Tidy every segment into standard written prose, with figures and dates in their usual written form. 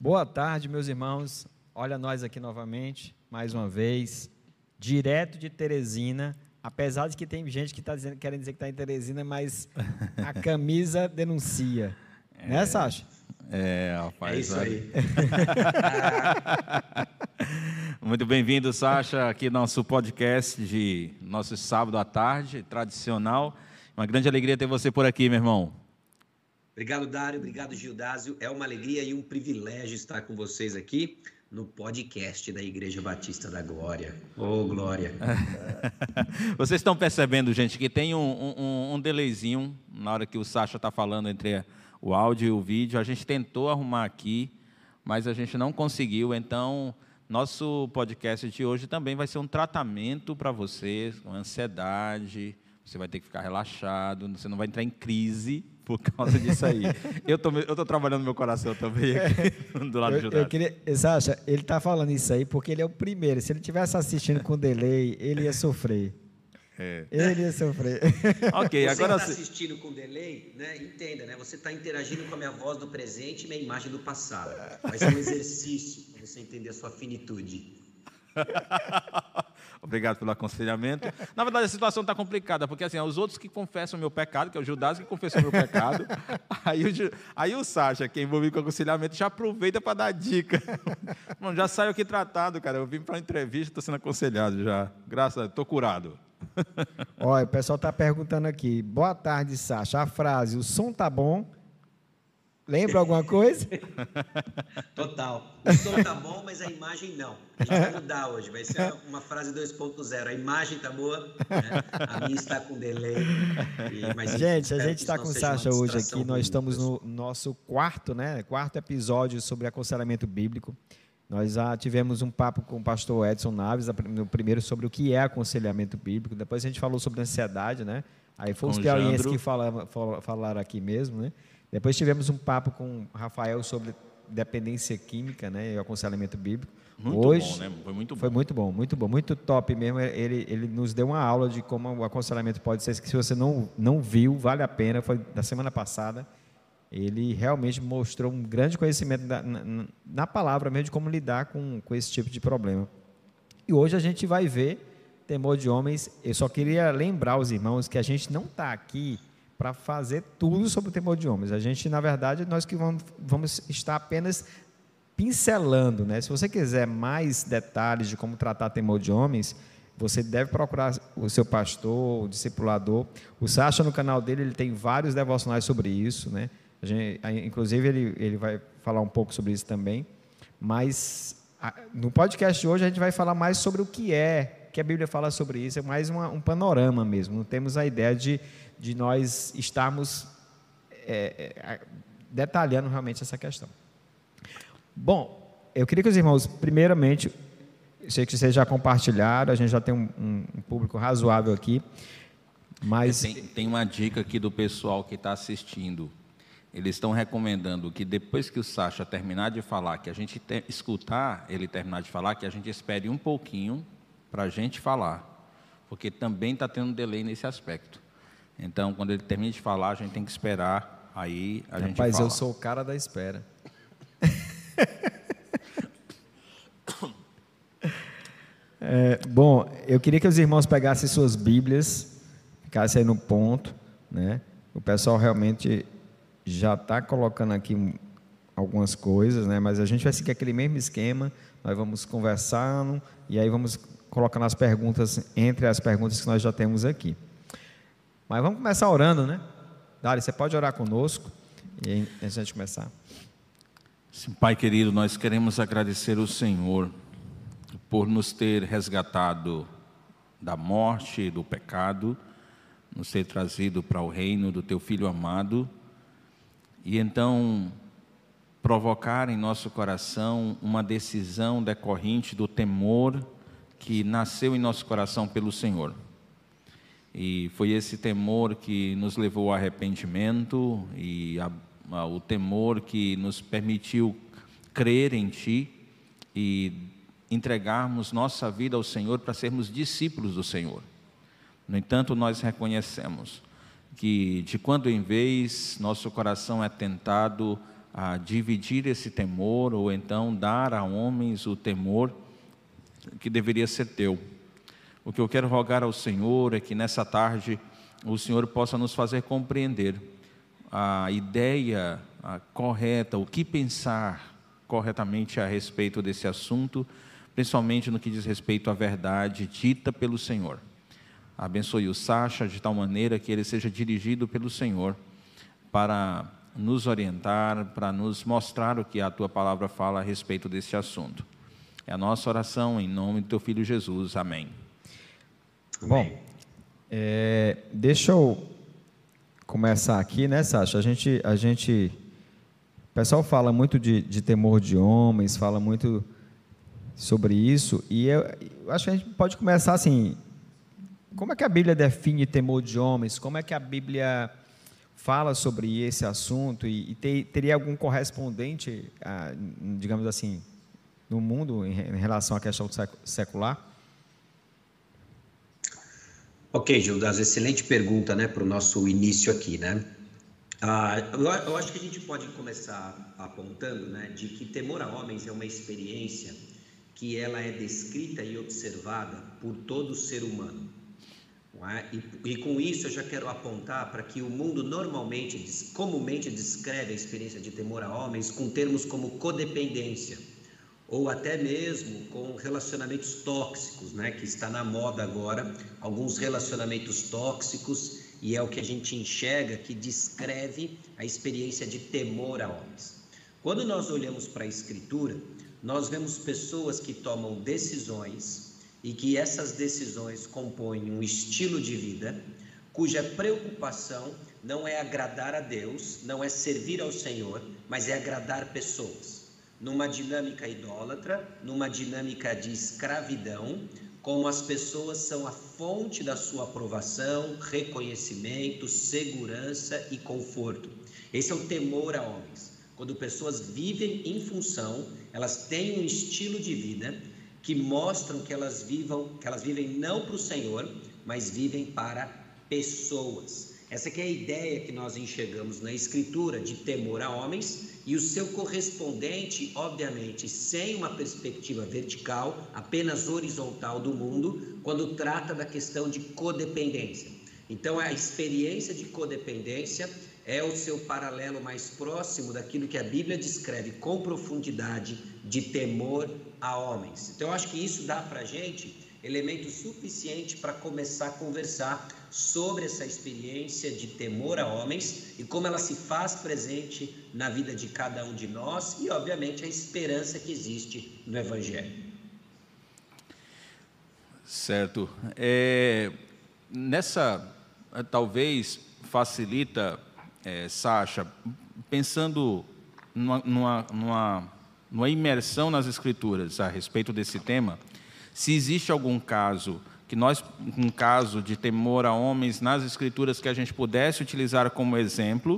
Boa tarde, meus irmãos. Olha nós aqui novamente, mais uma vez, direto de Teresina. Apesar de que tem gente que está querendo dizer que está em Teresina, mas a camisa denuncia. Né, Sacha? Rapaz. É isso aí. Muito bem-vindo, Sacha, aqui no nosso podcast de nosso sábado à tarde, tradicional. Uma grande alegria ter você por aqui, meu irmão. Obrigado, Dário. Obrigado, Gildásio. É uma alegria e um privilégio estar com vocês aqui no podcast da Igreja Batista da Glória. Ô, glória! Vocês estão percebendo, gente, que tem um delayzinho na hora que o Sacha está falando entre o áudio e o vídeo. A gente tentou arrumar aqui, mas a gente não conseguiu. Então, nosso podcast de hoje também vai ser um tratamento para vocês, com ansiedade. Você vai ter que ficar aquado, você não vai entrar em crise por causa disso aí. Eu tô trabalhando meu coração também aqui, do lado de Judá. Sacha, ele está falando isso aí porque ele é o primeiro. Se ele estivesse assistindo com delay, ele ia sofrer. Ele ia sofrer. Ok, você agora está assistindo com delay, né? Entenda, né? Você está interagindo com a minha voz do presente e minha imagem do passado. Vai ser um exercício para você entender a sua finitude. Obrigado pelo aconselhamento. Na verdade, a situação está complicada, porque assim, os outros que confessam o meu pecado, que é o Judas que confessou o meu pecado, aí o Sacha, que é envolvido com o aconselhamento, já aproveita para dar dica. Mano, já saio aqui tratado, cara. Eu vim para uma entrevista, estou sendo aconselhado já. Graças a Deus, estou curado. Olha, o pessoal está perguntando aqui. Boa tarde, Sacha. A frase, o som tá bom. Lembra alguma coisa? Total. O som tá bom, mas a imagem não. A gente vai mudar hoje. Vai ser uma frase 2.0. A imagem tá boa, né? A minha está com delay. Gente, a gente está com o Sacha hoje aqui. Nós estamos no nosso quarto episódio sobre aconselhamento bíblico. Nós já tivemos um papo com o pastor Edson Naves, no primeiro sobre o que é aconselhamento bíblico. Depois a gente falou sobre ansiedade, né? Aí foi os piauienses que falaram aqui mesmo, né? Depois tivemos um papo com o Rafael sobre dependência química, né, e aconselhamento bíblico. Hoje, bom, né? Foi muito bom, muito top mesmo. Ele nos deu uma aula de como o aconselhamento pode ser, que se você não viu, vale a pena. Foi da semana passada. Ele realmente mostrou um grande conhecimento na palavra mesmo, de como lidar com esse tipo de problema. E hoje a gente vai ver temor de homens. Eu só queria lembrar os irmãos que a gente não está aqui para fazer tudo sobre o temor de homens. A gente, na verdade, nós que vamos estar apenas pincelando, né? Se você quiser mais detalhes de como tratar temor de homens, você deve procurar o seu pastor, o discipulador. O Sacha, no canal dele, ele tem vários devocionais sobre isso, né? Inclusive, ele vai falar um pouco sobre isso também. Mas no podcast de hoje a gente vai falar mais sobre o que a Bíblia fala sobre isso. É mais um panorama mesmo. Não temos a ideia de nós estarmos detalhando realmente essa questão. Bom, eu queria que os irmãos, primeiramente, eu sei que vocês já compartilharam, a gente já tem um público razoável aqui, mas... Tem uma dica aqui do pessoal que está assistindo. Eles estão recomendando que depois que o Sacha terminar de falar, que a gente escutar ele terminar de falar, que a gente espere um pouquinho para a gente falar, porque também está tendo um delay nesse aspecto. Então, quando ele termina de falar, a gente tem que esperar, aí a gente fala. Rapaz, eu sou o cara da espera. Bom, eu queria que os irmãos pegassem suas Bíblias, ficassem aí no ponto, né? O pessoal realmente já está colocando aqui algumas coisas, né? Mas a gente vai seguir aquele mesmo esquema, nós vamos conversando e aí vamos colocando as perguntas entre as perguntas que nós já temos aqui. Mas vamos começar orando, né? Dário, você pode orar conosco e antes de a gente começar. Sim, Pai querido, nós queremos agradecer ao Senhor por nos ter resgatado da morte, do pecado, nos ter trazido para o reino do Teu Filho amado e então provocar em nosso coração uma decisão decorrente do temor que nasceu em nosso coração pelo Senhor. E foi esse temor que nos levou ao arrependimento e o temor que nos permitiu crer em Ti e entregarmos nossa vida ao Senhor para sermos discípulos do Senhor. No entanto, nós reconhecemos que de quando em vez nosso coração é tentado a dividir esse temor, ou então dar a homens o temor que deveria ser teu. O que eu quero rogar ao Senhor é que nessa tarde o Senhor possa nos fazer compreender a ideia correta, o que pensar corretamente a respeito desse assunto, principalmente no que diz respeito à verdade dita pelo Senhor. Abençoe o Sacha de tal maneira que ele seja dirigido pelo Senhor para nos orientar, para nos mostrar o que a Tua Palavra fala a respeito desse assunto. É a nossa oração em nome do Teu Filho Jesus. Amém. Bom, deixa eu começar aqui, né, Sacha? O pessoal fala muito de temor de homens, fala muito sobre isso, e eu acho que a gente pode começar assim: como é que a Bíblia define temor de homens? Como é que a Bíblia fala sobre esse assunto? E teria algum correspondente, digamos assim, no mundo em relação à questão secular? Ok, Gildas, excelente pergunta, né, para o nosso início aqui, né? Eu acho que a gente pode começar apontando, né, de que temor a homens é uma experiência que ela é descrita e observada por todo ser humano. Não é? E com isso eu já quero apontar para que o mundo comumente descreve a experiência de temor a homens com termos como codependência, ou até mesmo com relacionamentos tóxicos, né, que está na moda agora, alguns relacionamentos tóxicos, e é o que a gente enxerga que descreve a experiência de temor a homens. Quando nós olhamos para a Escritura, nós vemos pessoas que tomam decisões e que essas decisões compõem um estilo de vida cuja preocupação não é agradar a Deus, não é servir ao Senhor, mas é agradar pessoas. Numa dinâmica idólatra, numa dinâmica de escravidão, como as pessoas são a fonte da sua aprovação, reconhecimento, segurança e conforto. Esse é o temor a homens. Quando pessoas vivem em função, elas têm um estilo de vida que mostram que elas vivem não para o Senhor, mas vivem para pessoas. Essa que é a ideia que nós enxergamos na Escritura de temor a homens, e o seu correspondente, obviamente, sem uma perspectiva vertical, apenas horizontal do mundo, quando trata da questão de codependência. Então, a experiência de codependência é o seu paralelo mais próximo daquilo que a Bíblia descreve com profundidade de temor a homens. Então, eu acho que isso dá para a gente elemento suficiente para começar a conversar sobre essa experiência de temor a homens e como ela se faz presente na vida de cada um de nós e, obviamente, a esperança que existe no Evangelho. Certo. Talvez facilita, Sacha, pensando numa imersão nas Escrituras a respeito desse tema, se existe algum caso um caso de temor a homens nas Escrituras que a gente pudesse utilizar como exemplo,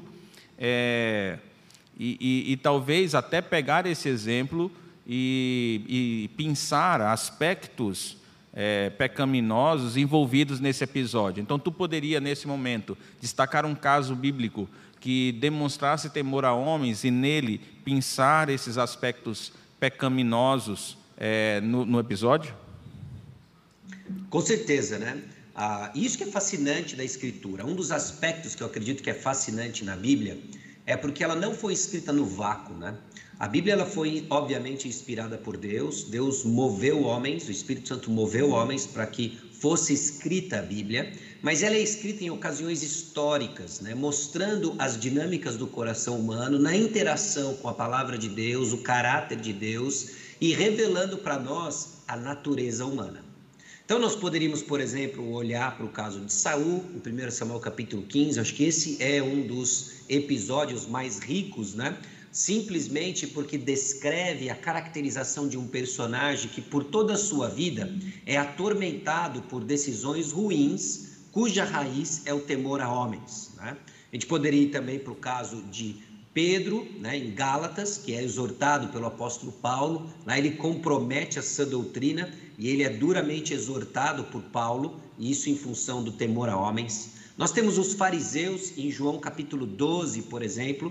e talvez até pegar esse exemplo e pensar aspectos pecaminosos envolvidos nesse episódio. Então, tu poderia, nesse momento, destacar um caso bíblico que demonstrasse temor a homens e nele pensar esses aspectos pecaminosos no episódio? Com certeza, né? Isso que é fascinante da Escritura. Um dos aspectos que eu acredito que é fascinante na Bíblia é porque ela não foi escrita no vácuo, né? A Bíblia ela foi, obviamente, inspirada por Deus. Deus moveu homens, o Espírito Santo moveu homens para que fosse escrita a Bíblia, mas ela é escrita em ocasiões históricas, né? Mostrando as dinâmicas do coração humano na interação com a palavra de Deus, o caráter de Deus e revelando para nós a natureza humana. Então nós poderíamos, por exemplo, olhar para o caso de Saul, em 1 Samuel capítulo 15, acho que esse é um dos episódios mais ricos, né? Simplesmente porque descreve a caracterização de um personagem que por toda a sua vida é atormentado por decisões ruins, cuja raiz é o temor a homens, né? A gente poderia ir também para o caso de Pedro, né, em Gálatas, que é exortado pelo apóstolo Paulo. Lá ele compromete a sã doutrina e ele é duramente exortado por Paulo, e isso em função do temor a homens. Nós temos os fariseus em João capítulo 12, por exemplo,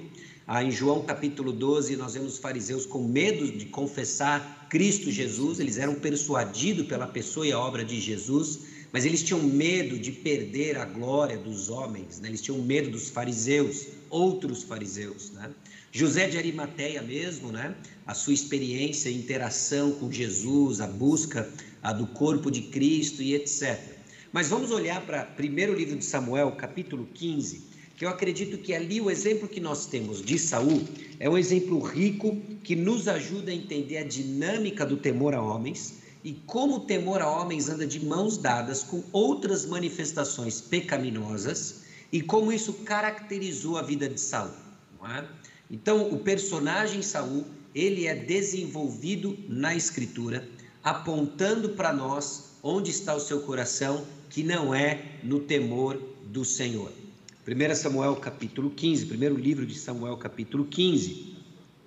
Em João capítulo 12, nós vemos os fariseus com medo de confessar Cristo Jesus, eles eram persuadidos pela pessoa e a obra de Jesus, mas eles tinham medo de perder a glória dos homens, né? Eles tinham medo dos fariseus, outros fariseus, né? José de Arimateia mesmo, né? A sua experiência e interação com Jesus, a busca do corpo de Cristo e etc. Mas vamos olhar para o primeiro livro de Samuel, capítulo 15, que eu acredito que ali o exemplo que nós temos de Saul é um exemplo rico que nos ajuda a entender a dinâmica do temor a homens e como o temor a homens anda de mãos dadas com outras manifestações pecaminosas e como isso caracterizou a vida de Saul, não é? Então, o personagem Saul, ele é desenvolvido na Escritura, apontando para nós onde está o seu coração, que não é no temor do Senhor. 1 Samuel capítulo 15, primeiro livro de Samuel capítulo 15,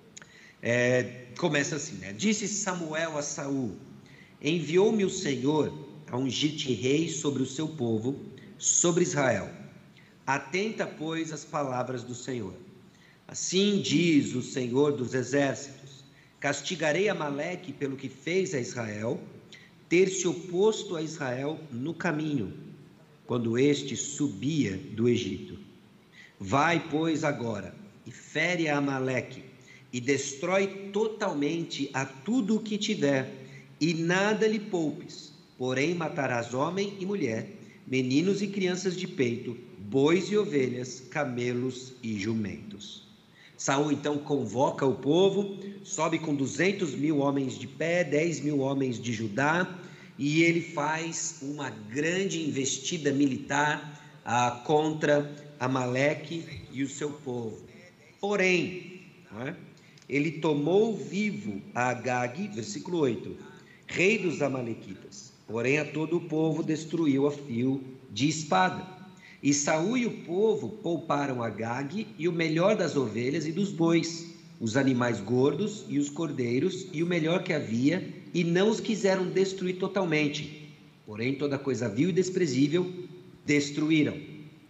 começa assim, né? Disse Samuel a Saul: enviou-me o Senhor a ungir-te rei sobre o seu povo, sobre Israel. Atenta, pois, às palavras do Senhor. Assim diz o Senhor dos exércitos: castigarei Amaleque pelo que fez a Israel, ter se oposto a Israel no caminho, quando este subia do Egito. Vai, pois, agora, e fere a Amaleque, e destrói totalmente a tudo o que tiver, e nada lhe poupes, porém matarás homem e mulher, meninos e crianças de peito, bois e ovelhas, camelos e jumentos. Saul então convoca o povo, sobe com 200.000 homens de pé, 10.000 homens de Judá, e ele faz uma grande investida militar contra Amaleque e o seu povo. Porém, ele tomou vivo a Agag, versículo 8, rei dos amalequitas, porém a todo o povo destruiu a fio de espada. E Saul e o povo pouparam Agag e o melhor das ovelhas e dos bois, os animais gordos e os cordeiros e o melhor que havia, e não os quiseram destruir totalmente, porém toda coisa vil e desprezível destruíram.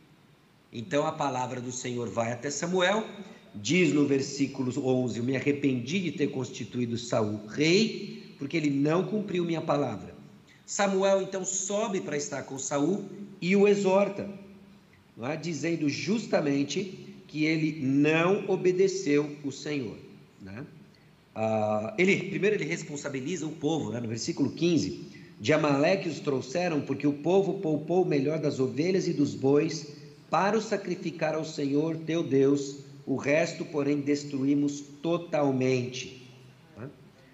Então a palavra do Senhor vai até Samuel, diz no versículo 11: eu me arrependi de ter constituído Saul rei, porque ele não cumpriu minha palavra. Samuel então sobe para estar com Saul e o exorta, dizendo justamente que ele não obedeceu o Senhor, né? Primeiro ele responsabiliza o povo, né? No versículo 15: de Amaleque os trouxeram, porque o povo poupou o melhor das ovelhas e dos bois para o sacrificar ao Senhor teu Deus, o resto, porém, destruímos totalmente, né?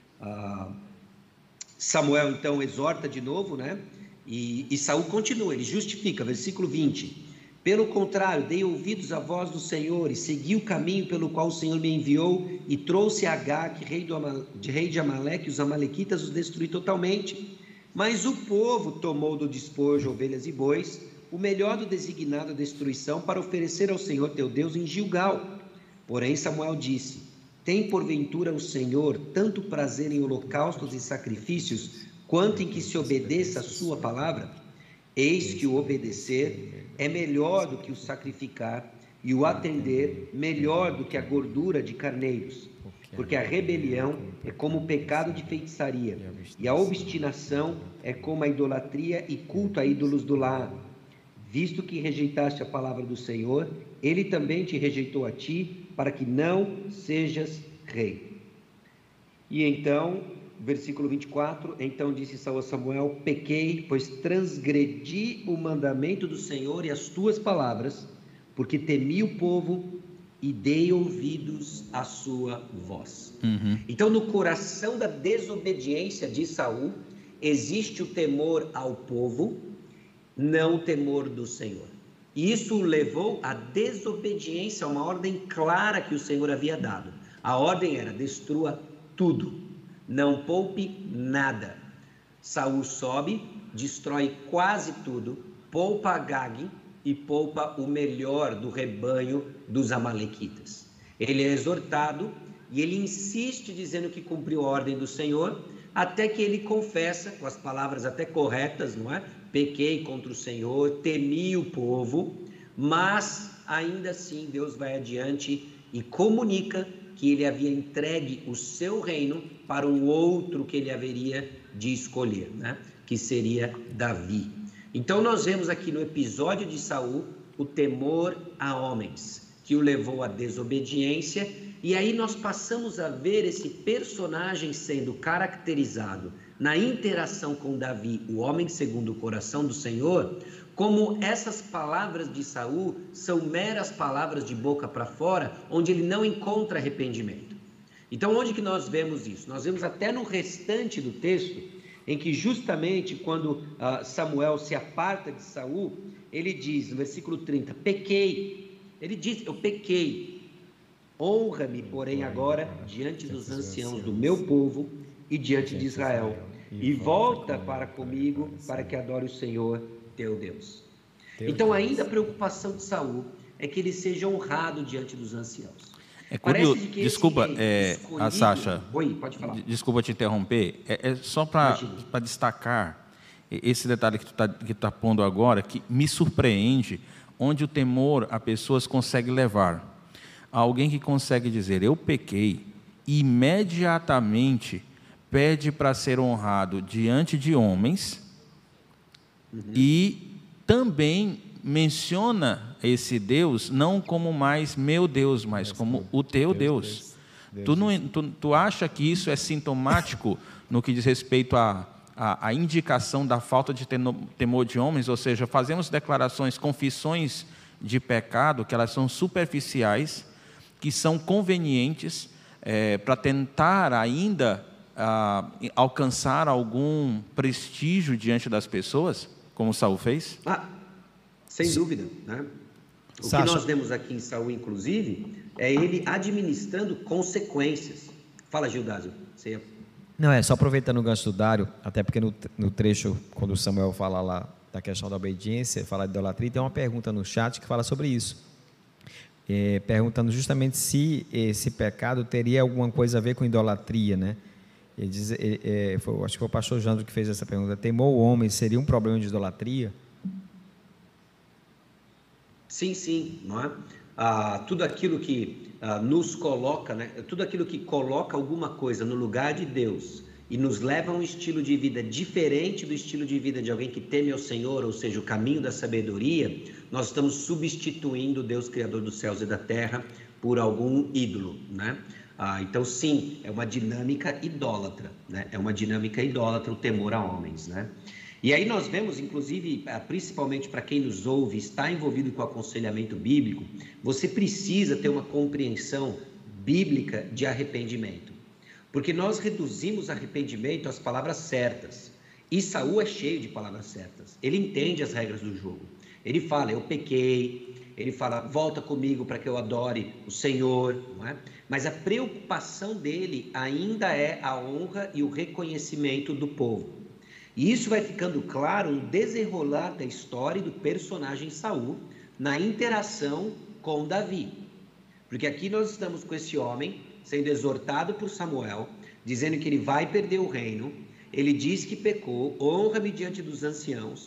Samuel então exorta de novo, né? E Saul continua, ele justifica, versículo 20: pelo contrário, dei ouvidos à voz do Senhor e segui o caminho pelo qual o Senhor me enviou, e trouxe Agag, rei de Amaleque, os amalequitas os destruí totalmente. Mas o povo tomou do despojo ovelhas e bois, o melhor do designado à destruição, para oferecer ao Senhor teu Deus em Gilgal. Porém Samuel disse: tem porventura o Senhor tanto prazer em holocaustos e sacrifícios, quanto em que se obedeça a sua palavra? Eis que o obedecer é melhor do que o sacrificar, e o atender melhor do que a gordura de carneiros, porque a rebelião é como o pecado de feitiçaria, e a obstinação é como a idolatria e culto a ídolos do lar. Visto que rejeitaste a palavra do Senhor, ele também te rejeitou a ti, para que não sejas rei. E então, versículo 24, então disse Saul a Samuel: pequei, pois transgredi o mandamento do Senhor e as tuas palavras, porque temi o povo e dei ouvidos à sua voz. Então, no coração da desobediência de Saul, existe o temor ao povo, não o temor do Senhor. E isso o levou à desobediência a uma ordem clara que o Senhor havia dado. A ordem era: destrua tudo, não poupe nada. Saul sobe, destrói quase tudo, poupa Agag e poupa o melhor do rebanho dos amalequitas. Ele é exortado e ele insiste dizendo que cumpriu a ordem do Senhor, até que ele confessa, com as palavras até corretas, não é? Pequei contra o Senhor, temi o povo, mas ainda assim Deus vai adiante e comunica que ele havia entregue o seu reino para um outro que ele haveria de escolher, né? Que seria Davi. Então nós vemos aqui no episódio de Saul o temor a homens, que o levou à desobediência, e aí nós passamos a ver esse personagem sendo caracterizado na interação com Davi, o homem segundo o coração do Senhor, como essas palavras de Saul são meras palavras de boca para fora, onde ele não encontra arrependimento. Então, onde que nós vemos isso? Nós vemos até no restante do texto, em que justamente quando Samuel se aparta de Saul, ele diz, no versículo 30, pequei. Ele diz, eu pequei. Honra-me, porém, agora diante dos anciãos do meu povo e diante de Israel, e volta para comigo, para que adore o Senhor teu Deus. Então, ainda a preocupação de Saul é que ele seja honrado diante dos anciãos. É curioso, desculpa, Sácha, oi, pode falar. Desculpa te interromper, só para destacar esse detalhe que tu tá pondo agora, que me surpreende, onde o temor a pessoas consegue levar. Alguém que consegue dizer, eu pequei, imediatamente pede para ser honrado diante de homens, e também menciona esse Deus não como mais meu Deus, mas como o teu Deus. Tu acha que isso é sintomático no que diz respeito à indicação da falta de temor de homens? Ou seja, fazemos declarações, confissões de pecado, que elas são superficiais, que são convenientes para tentar ainda alcançar algum prestígio diante das pessoas, como Saul fez? Sem dúvida, né? O que nós vemos aqui em Saul, inclusive, é ele administrando consequências. Fala, Gildásio. Não, só aproveitando o gancho do Dário, até porque no trecho, quando o Samuel fala lá da questão da obediência, fala de idolatria, tem uma pergunta no chat que fala sobre isso. Perguntando justamente se esse pecado teria alguma coisa a ver com idolatria, né? Ele diz, acho que foi o pastor Jandro que fez essa pergunta. Temor o homem seria um problema de idolatria? Sim, não é? Tudo aquilo que nos coloca, né? Tudo aquilo que coloca alguma coisa no lugar de Deus e nos leva a um estilo de vida diferente do estilo de vida de alguém que teme ao Senhor, ou seja, o caminho da sabedoria, nós estamos substituindo o Deus Criador dos céus e da terra por algum ídolo, né? Então, sim, é uma dinâmica idólatra, né? É uma dinâmica idólatra o temor a homens, né? E aí nós vemos, inclusive, principalmente para quem nos ouve, está envolvido com o aconselhamento bíblico, você precisa ter uma compreensão bíblica de arrependimento. Porque nós reduzimos arrependimento às palavras certas. E Saul é cheio de palavras certas. Ele entende as regras do jogo. Ele fala, eu pequei. Ele fala, volta comigo para que eu adore o Senhor. Não é? Mas a preocupação dele ainda é a honra e o reconhecimento do povo. E isso vai ficando claro no desenrolar da história do personagem Saul, na interação com Davi. Porque aqui nós estamos com esse homem sendo exortado por Samuel, dizendo que ele vai perder o reino. Ele diz que pecou, honra-me diante dos anciãos.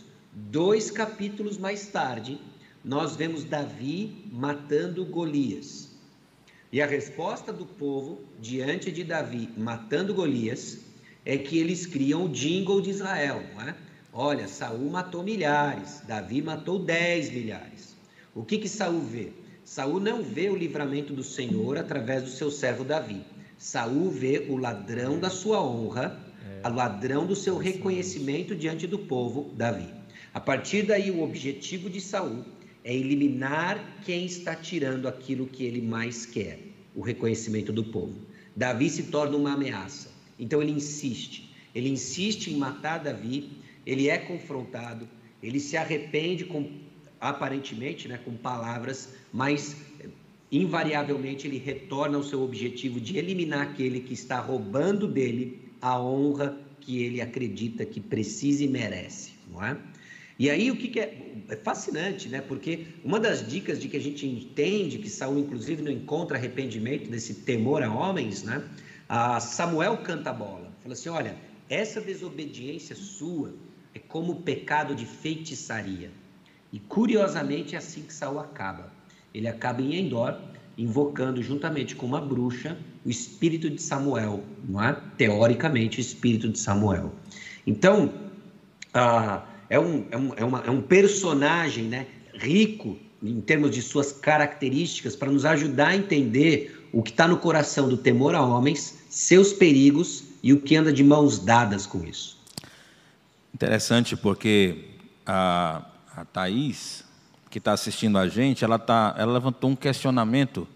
2 capítulos mais tarde, nós vemos Davi matando Golias. E a resposta do povo diante de Davi matando Golias é que eles criam o jingle de Israel, não é? Olha, Saul matou milhares, Davi matou 10 milhares. O que Saul vê? Saul não vê o livramento do Senhor através do seu servo Davi. Saul vê o ladrão da sua honra, o ladrão do seu reconhecimento diante do povo, Davi. A partir daí, o objetivo de Saul é eliminar quem está tirando aquilo que ele mais quer, o reconhecimento do povo. Davi se torna uma ameaça. Então ele insiste em matar Davi, ele é confrontado, ele se arrepende aparentemente, né, com palavras, mas invariavelmente ele retorna ao seu objetivo de eliminar aquele que está roubando dele a honra que ele acredita que precisa e merece, não é? E aí o que é fascinante, né? Porque uma das dicas de que a gente entende que Saul inclusive não encontra arrependimento desse temor a homens, né? Samuel canta a bola, fala assim, olha, essa desobediência sua é como o pecado de feitiçaria. E curiosamente é assim que Saul acaba. Ele acaba em Endor, invocando juntamente com uma bruxa o espírito de Samuel, não é? Teoricamente, o espírito de Samuel. Então, é um personagem, né, rico em termos de suas características para nos ajudar a entender o que está no coração do temor a homens, seus perigos e o que anda de mãos dadas com isso. Interessante, porque a Thaís, que está assistindo a gente, ela levantou um questionamento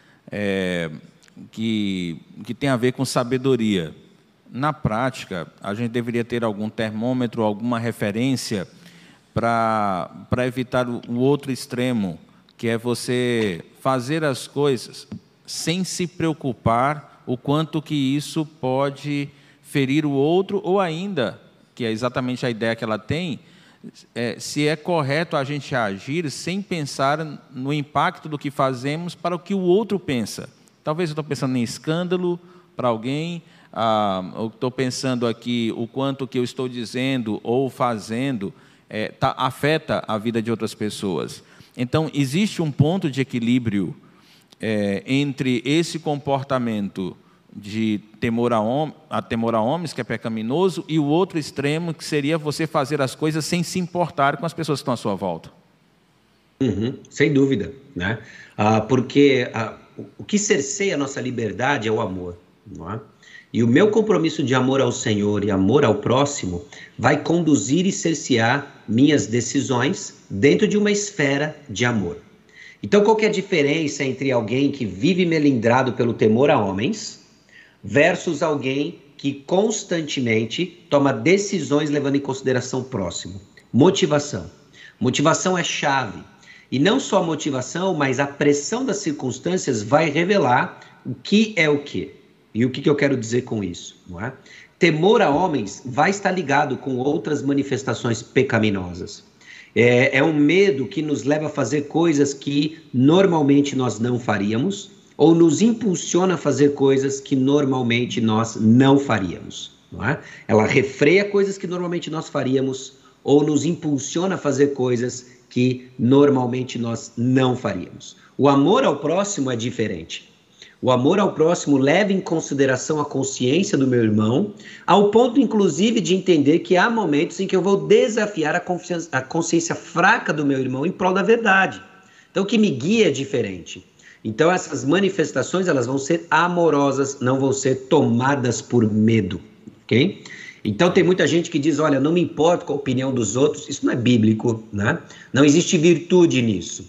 que tem a ver com sabedoria. Na prática, a gente deveria ter algum termômetro, alguma referência para evitar o outro extremo, que é você fazer as coisas sem se preocupar o quanto que isso pode ferir o outro, ou ainda, que é exatamente a ideia que ela tem, se é correto a gente agir sem pensar no impacto do que fazemos para o que o outro pensa. Talvez eu estou pensando em escândalo para alguém, eu estou pensando aqui o quanto que eu estou dizendo ou fazendo afeta a vida de outras pessoas. Então, existe um ponto de equilíbrio entre esse comportamento de temor a homens, que é pecaminoso, e o outro extremo, que seria você fazer as coisas sem se importar com as pessoas que estão à sua volta. Sem dúvida, né? Porque o que cerceia a nossa liberdade é o amor, não é? E o meu compromisso de amor ao Senhor e amor ao próximo vai conduzir e cercear minhas decisões dentro de uma esfera de amor. Então, qual que é a diferença entre alguém que vive melindrado pelo temor a homens versus alguém que constantemente toma decisões levando em consideração o próximo? Motivação. Motivação é chave. E não só a motivação, mas a pressão das circunstâncias vai revelar o que é o quê. E o que eu quero dizer com isso, não é? Temor a homens vai estar ligado com outras manifestações pecaminosas. É um medo que nos leva a fazer coisas que normalmente nós não faríamos, ou nos impulsiona a fazer coisas que normalmente nós não faríamos, não é? Ela refreia coisas que normalmente nós faríamos, ou nos impulsiona a fazer coisas que normalmente nós não faríamos. O amor ao próximo é diferente. O amor ao próximo leva em consideração a consciência do meu irmão, ao ponto, inclusive, de entender que há momentos em que eu vou desafiar a consciência fraca do meu irmão em prol da verdade. Então, o que me guia é diferente. Então, essas manifestações, elas vão ser amorosas, não vão ser tomadas por medo, ok? Então, tem muita gente que diz, olha, não me importo com a opinião dos outros. Isso não é bíblico, né? Não existe virtude nisso.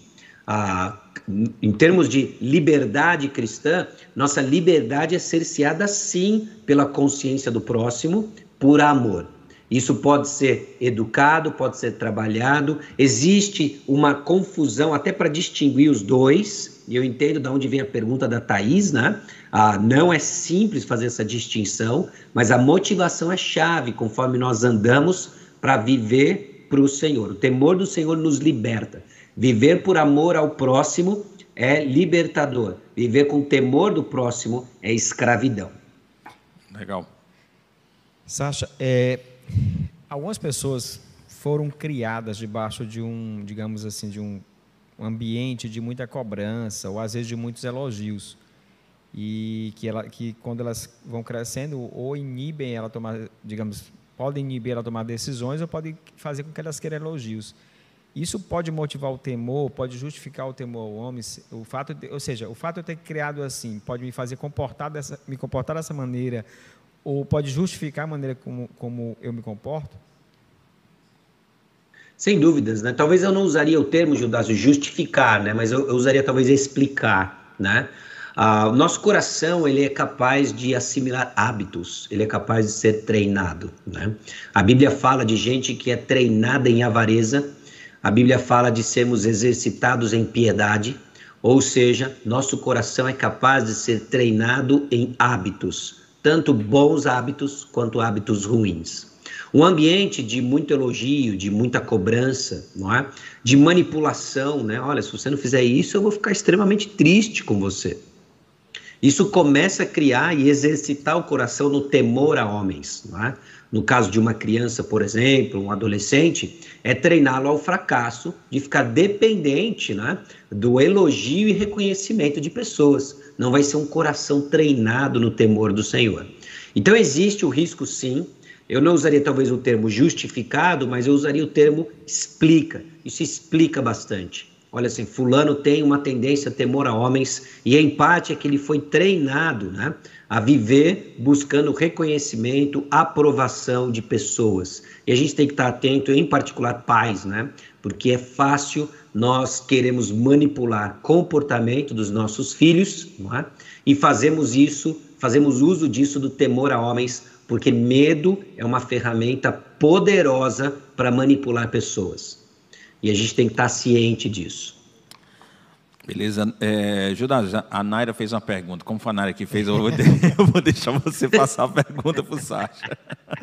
Em termos de liberdade cristã, nossa liberdade é cerceada sim pela consciência do próximo, por amor. Isso pode ser educado, pode ser trabalhado. Existe uma confusão até para distinguir os dois, e eu entendo de onde vem a pergunta da Thaís, né? Não é simples fazer essa distinção, mas a motivação é chave conforme nós andamos para viver para o Senhor. O temor do Senhor nos liberta. Viver por amor ao próximo é libertador. Viver com temor do próximo é escravidão. Legal. Sacha, algumas pessoas foram criadas debaixo de digamos assim, de um ambiente de muita cobrança, ou às vezes de muitos elogios. E que quando elas vão crescendo, ou inibem ela tomar, digamos, podem inibir ela a tomar decisões, ou podem fazer com que elas queiram elogios. Isso pode motivar o temor, pode justificar o temor ao homem, o fato de eu ter criado assim, pode me fazer me comportar dessa maneira, ou pode justificar a maneira como eu me comporto? Sem dúvidas, né? Talvez eu não usaria o termo, Judássio, justificar, né? Mas eu usaria talvez explicar, né? O nosso coração, ele é capaz de assimilar hábitos, ele é capaz de ser treinado, né? A Bíblia fala de gente que é treinada em avareza. A Bíblia fala de sermos exercitados em piedade, ou seja, nosso coração é capaz de ser treinado em hábitos, tanto bons hábitos quanto hábitos ruins. Um ambiente de muito elogio, de muita cobrança, não é? De manipulação, né? Olha, se você não fizer isso, eu vou ficar extremamente triste com você. Isso começa a criar e exercitar o coração no temor a homens, não é? No caso de uma criança, por exemplo, um adolescente, é treiná-lo ao fracasso, de ficar dependente, né, do elogio e reconhecimento de pessoas. Não vai ser um coração treinado no temor do Senhor. Então existe o risco, sim. Eu não usaria talvez o termo justificado, mas eu usaria o termo explica. Isso explica bastante. Olha assim, fulano tem uma tendência a temor a homens, e em parte é que ele foi treinado, né, a viver buscando reconhecimento, aprovação de pessoas. E a gente tem que estar atento, em particular pais, né, porque é fácil nós queremos manipular comportamento dos nossos filhos, não é? E fazemos uso disso do temor a homens, porque medo é uma ferramenta poderosa para manipular pessoas. E a gente tem que estar ciente disso. Beleza. Judas, a Naira fez uma pergunta. Como foi a Naira que fez, eu vou deixar você passar a pergunta para o Sacha.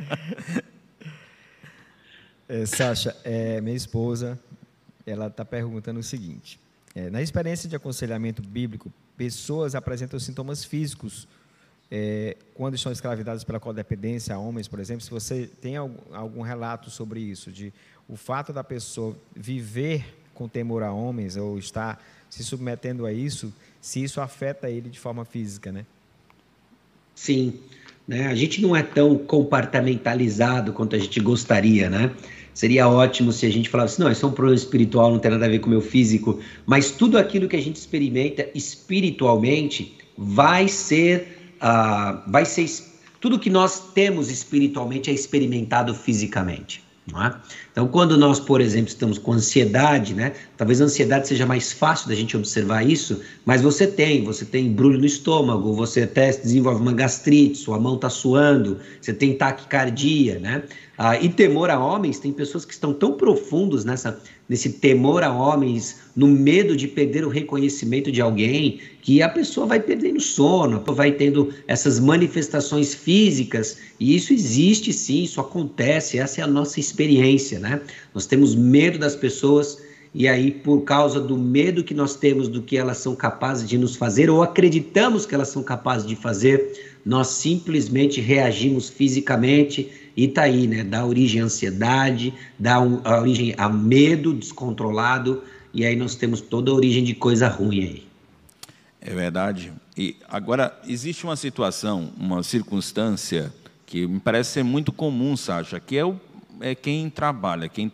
Sacha, minha esposa, ela está perguntando o seguinte. Na experiência de aconselhamento bíblico, pessoas apresentam sintomas físicos quando estão escravizadas pela codependência a homens, por exemplo. Se você tem algum relato sobre isso, de o fato da pessoa viver com temor a homens ou estar se submetendo a isso, se isso afeta ele de forma física, né? Sim, né? A gente não é tão compartimentalizado quanto a gente gostaria, né? Seria ótimo se a gente falasse, não, isso é um problema espiritual, não tem nada a ver com o meu físico, mas tudo aquilo que a gente experimenta espiritualmente vai ser tudo que nós temos espiritualmente é experimentado fisicamente. Não é? Então, quando nós, por exemplo, estamos com ansiedade, né? Talvez a ansiedade seja mais fácil da gente observar isso, mas você tem embrulho no estômago, você até desenvolve uma gastrite, sua mão está suando, você tem taquicardia, né? E temor a homens, tem pessoas que estão tão profundos nesse temor a homens, no medo de perder o reconhecimento de alguém, que a pessoa vai perdendo sono, vai tendo essas manifestações físicas, e isso existe sim, isso acontece, essa é a nossa experiência, né? Nós temos medo das pessoas, e aí por causa do medo que nós temos do que elas são capazes de nos fazer, ou acreditamos que elas são capazes de fazer, nós simplesmente reagimos fisicamente, e tá aí, né? Dá origem à ansiedade, dá origem a medo descontrolado, e aí nós temos toda a origem de coisa ruim aí. É verdade. E agora, existe uma situação, uma circunstância que me parece ser muito comum, Sacha, que é quem trabalha, quem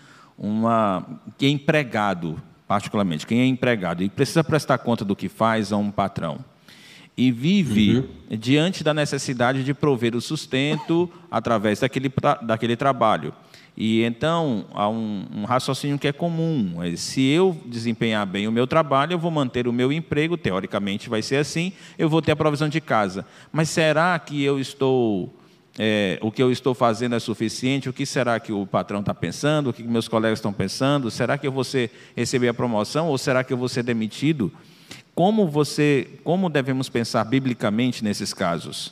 é empregado, particularmente, quem é empregado e precisa prestar conta do que faz a um patrão. E vive diante da necessidade de prover o sustento através daquele trabalho. E então, há um raciocínio que é comum. Se eu desempenhar bem o meu trabalho, eu vou manter o meu emprego, teoricamente vai ser assim, eu vou ter a provisão de casa. Mas será que o que eu estou fazendo é suficiente? O que será que o patrão está pensando? O que meus colegas estão pensando? Será que eu vou receber a promoção ou será que eu vou ser demitido? Como devemos pensar biblicamente nesses casos?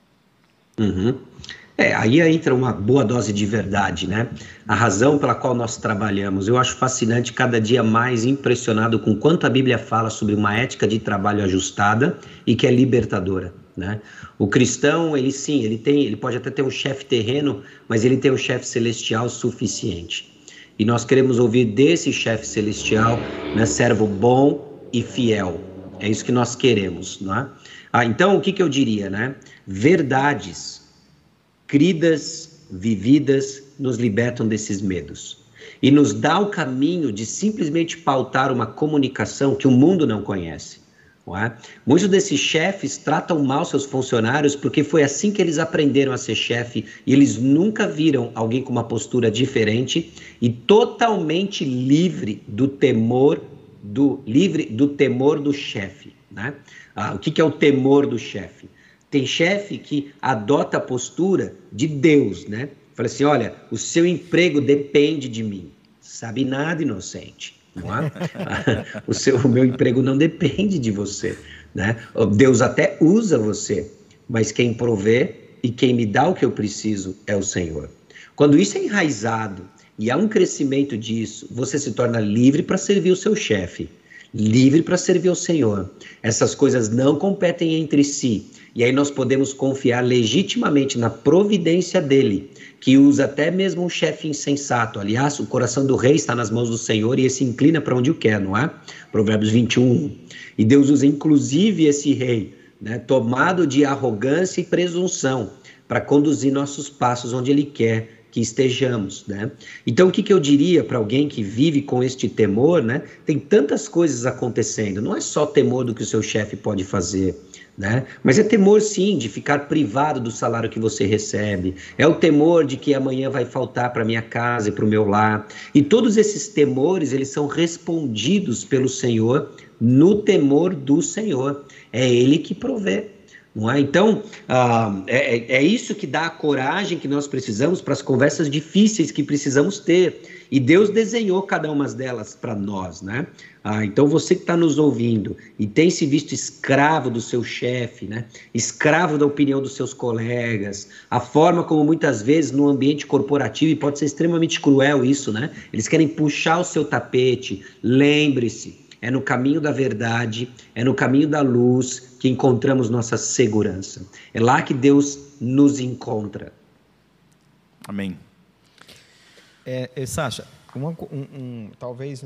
Aí entra uma boa dose de verdade, né? A razão pela qual nós trabalhamos. Eu acho fascinante, cada dia mais impressionado com quanto a Bíblia fala sobre uma ética de trabalho ajustada e que é libertadora, né? O cristão, ele pode até ter um chefe terreno, mas ele tem um chefe celestial suficiente. E nós queremos ouvir desse chefe celestial, né, servo bom e fiel. É isso que nós queremos, não é? Então, o que eu diria, né? Verdades cridas, vividas, nos libertam desses medos. E nos dá o caminho de simplesmente pautar uma comunicação que o mundo não conhece. Não é? Muitos desses chefes tratam mal seus funcionários porque foi assim que eles aprenderam a ser chefe e eles nunca viram alguém com uma postura diferente e totalmente livre do temor do chefe. Né? O que é o temor do chefe? Tem chefe que adota a postura de Deus, né? Fala assim, olha, o seu emprego depende de mim. Sabe nada, inocente. Não é? O meu emprego não depende de você, né? Deus até usa você, mas quem provê e quem me dá o que eu preciso é o Senhor. Quando isso é enraizado e há um crescimento disso, você se torna livre para servir o seu chefe, livre para servir ao Senhor. Essas coisas não competem entre si. E aí nós podemos confiar legitimamente na providência dele, que usa até mesmo um chefe insensato. Aliás, o coração do rei está nas mãos do Senhor e ele se inclina para onde o quer, não é? Provérbios 21. E Deus usa inclusive esse rei, né, tomado de arrogância e presunção, para conduzir nossos passos onde ele quer que estejamos, né? Então, o que eu diria para alguém que vive com este temor, né? Tem tantas coisas acontecendo, não é só temor do que o seu chefe pode fazer, né? Mas é temor, sim, de ficar privado do salário que você recebe, é o temor de que amanhã vai faltar para minha casa e para o meu lar, e todos esses temores, eles são respondidos pelo Senhor no temor do Senhor, é Ele que provê. Não é? Então, é isso que dá a coragem que nós precisamos para as conversas difíceis que precisamos ter. E Deus desenhou cada uma delas para nós, né? Então, você que está nos ouvindo e tem se visto escravo do seu chefe, né? Escravo da opinião dos seus colegas, a forma como muitas vezes no ambiente corporativo, e pode ser extremamente cruel isso, né? Eles querem puxar o seu tapete. Lembre-se, é no caminho da verdade, é no caminho da luz que encontramos nossa segurança. É lá que Deus nos encontra. Amém. Sasha, talvez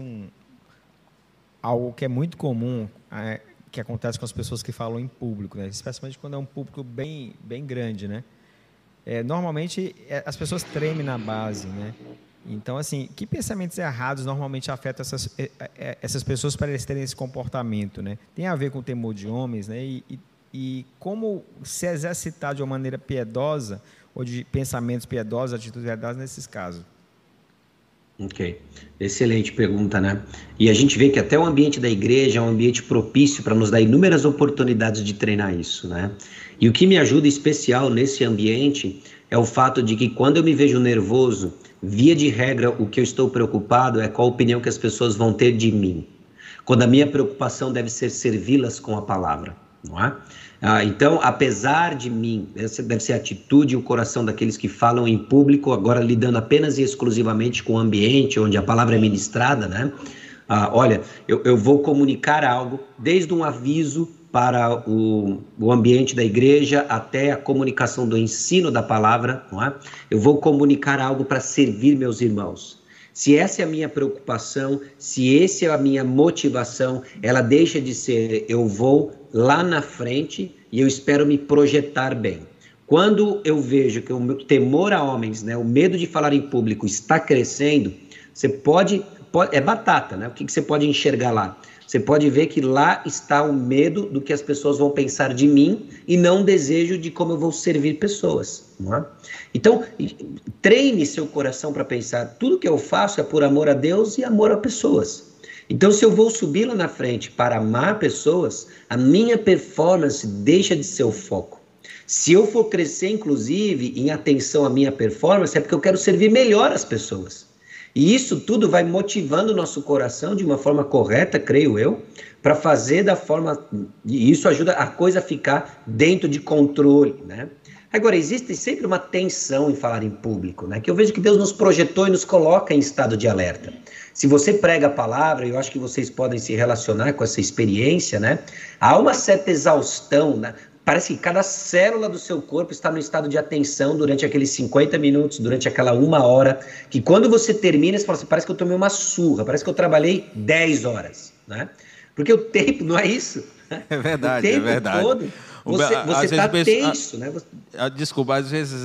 algo que é muito comum, que acontece com as pessoas que falam em público, né? Especialmente quando é um público bem, bem grande, né? Normalmente as pessoas tremem na base, né? Então, assim, que pensamentos errados normalmente afetam essas pessoas para eles terem esse comportamento, né? Tem a ver com o temor de homens, né? E como se exercitar de uma maneira piedosa, ou de pensamentos piedosos, atitudes piedosas nesses casos. Ok, excelente pergunta, né? E a gente vê que até o ambiente da igreja é um ambiente propício para nos dar inúmeras oportunidades de treinar isso, né? E o que me ajuda especial nesse ambiente é o fato de que quando eu me vejo nervoso, via de regra, o que eu estou preocupado é com a opinião que as pessoas vão ter de mim. Quando a minha preocupação deve ser servi-las com a palavra, não é? Então, apesar de mim, essa deve ser a atitude e o coração daqueles que falam em público, agora lidando apenas e exclusivamente com o ambiente onde a palavra é ministrada, né? Olha, eu vou comunicar algo, desde um aviso para o ambiente da igreja até a comunicação do ensino da palavra, não é? Eu vou comunicar algo para servir meus irmãos. Se essa é a minha preocupação, se essa é a minha motivação, ela deixa de ser eu vou lá na frente e eu espero me projetar bem. Quando eu vejo que o meu temor a homens, né, o medo de falar em público está crescendo, você pode é batata, né? O que você pode enxergar lá? Você pode ver que lá está o medo do que as pessoas vão pensar de mim e não o desejo de como eu vou servir pessoas, não é? Então, treine seu coração para pensar, tudo que eu faço é por amor a Deus e amor a pessoas. Então, se eu vou subir lá na frente para amar pessoas, a minha performance deixa de ser o foco. Se eu for crescer, inclusive, em atenção à minha performance, é porque eu quero servir melhor as pessoas. E isso tudo vai motivando o nosso coração de uma forma correta, creio eu, para fazer da forma... E isso ajuda a coisa a ficar dentro de controle, né? Agora, existe sempre uma tensão em falar em público, né? Que eu vejo que Deus nos projetou e nos coloca em estado de alerta. Se você prega a palavra, eu acho que vocês podem se relacionar com essa experiência, né? Há uma certa exaustão, né? Parece que cada célula do seu corpo está no estado de atenção durante aqueles 50 minutos, durante aquela 1 hora, que quando você termina, você fala assim, parece que eu tomei uma surra, parece que eu trabalhei 10 horas, né? Porque o tempo, não é isso? É verdade, o tempo é verdade. Todo, você está tenso, né? Desculpa, às vezes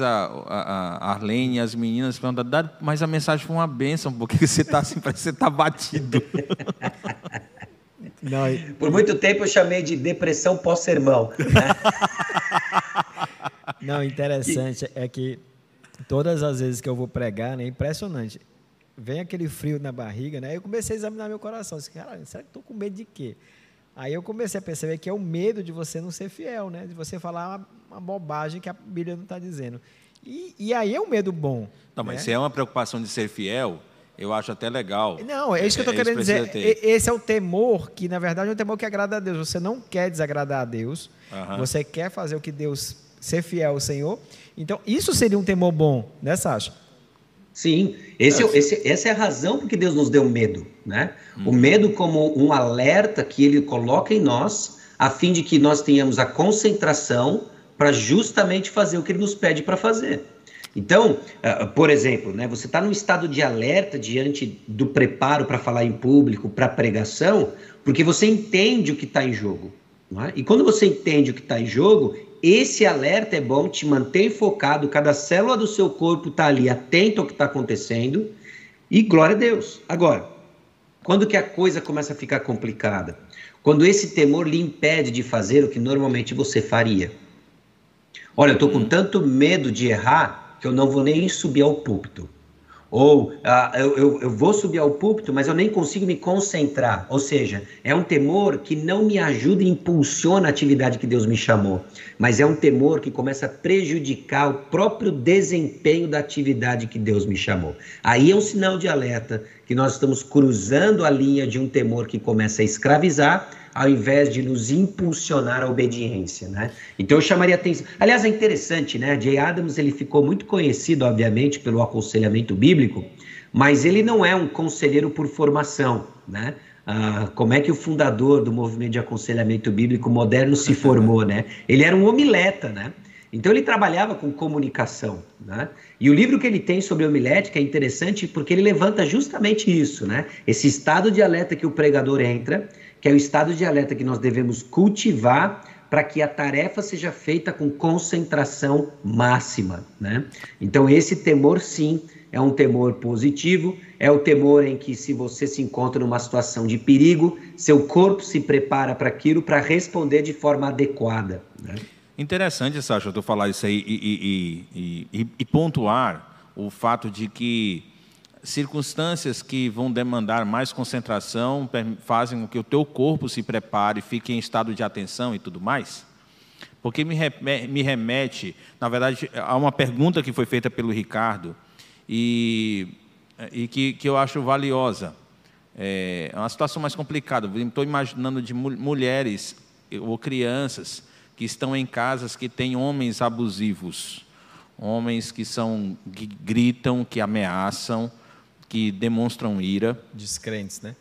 a Arlene e as meninas perguntam, mas a mensagem foi uma bênção, porque você está assim, parece que você está batido. Não, por muito tempo eu chamei de depressão pós-sermão. Não, interessante é que todas as vezes que eu vou pregar, né, é impressionante. Vem aquele frio na barriga, né? Eu comecei a examinar meu coração. Disse, cara, será que estou com medo de quê? Aí eu comecei a perceber que é o medo de você não ser fiel, né? De você falar uma bobagem que a Bíblia não está dizendo. E aí é um medo bom. Não, mas se é uma preocupação de ser fiel, eu acho até legal. Não, é isso que eu estou querendo dizer. Esse é o temor que, na verdade, é um temor que agrada a Deus. Você não quer desagradar a Deus. Você quer fazer o que Deus... Ser fiel ao Senhor. Então, isso seria um temor bom, né, Sasha? Sim, essa é a razão por que Deus nos deu medo, né? O medo como um alerta que ele coloca em nós, a fim de que nós tenhamos a concentração para justamente fazer o que ele nos pede para fazer. Então, por exemplo, né, você está num estado de alerta diante do preparo para falar em público, para pregação, porque você entende o que está em jogo. Não é? E quando você entende o que está em jogo, esse alerta é bom, te mantém focado, cada célula do seu corpo está ali atento ao que está acontecendo, e glória a Deus. Agora, quando que a coisa começa a ficar complicada? Quando esse temor lhe impede de fazer o que normalmente você faria. Olha, eu estou com tanto medo de errar que eu não vou nem subir ao púlpito. Ou eu vou subir ao púlpito, mas eu nem consigo me concentrar. Ou seja, é um temor que não me ajuda e impulsiona a atividade que Deus me chamou. Mas é um temor que começa a prejudicar o próprio desempenho da atividade que Deus me chamou. Aí é um sinal de alerta que nós estamos cruzando a linha de um temor que começa a escravizar, ao invés de nos impulsionar à obediência, né? Então eu chamaria atenção. Aliás, é interessante, né? Jay Adams, ele ficou muito conhecido, obviamente, pelo aconselhamento bíblico, mas ele não é um conselheiro por formação, né? Como é que o fundador do movimento de aconselhamento bíblico moderno se formou, né? Ele era um homileta, né? Então ele trabalhava com comunicação, né? E o livro que ele tem sobre homilética é interessante porque ele levanta justamente isso, né? Esse estado de alerta que o pregador entra, que é o estado de alerta que nós devemos cultivar para que a tarefa seja feita com concentração máxima, né? Então esse temor, sim, é um temor positivo, é o temor em que, se você se encontra numa situação de perigo, seu corpo se prepara para aquilo, para responder de forma adequada, né? Interessante, Sacha, tu falar isso aí e pontuar o fato de que circunstâncias que vão demandar mais concentração fazem com que o teu corpo se prepare, fique em estado de atenção e tudo mais. Porque me remete, na verdade, a uma pergunta que foi feita pelo Ricardo e que eu acho valiosa. É uma situação mais complicada. Estou imaginando de mulheres ou crianças que estão em casas que têm homens abusivos, homens que gritam, que ameaçam, que demonstram ira. Descrentes, né?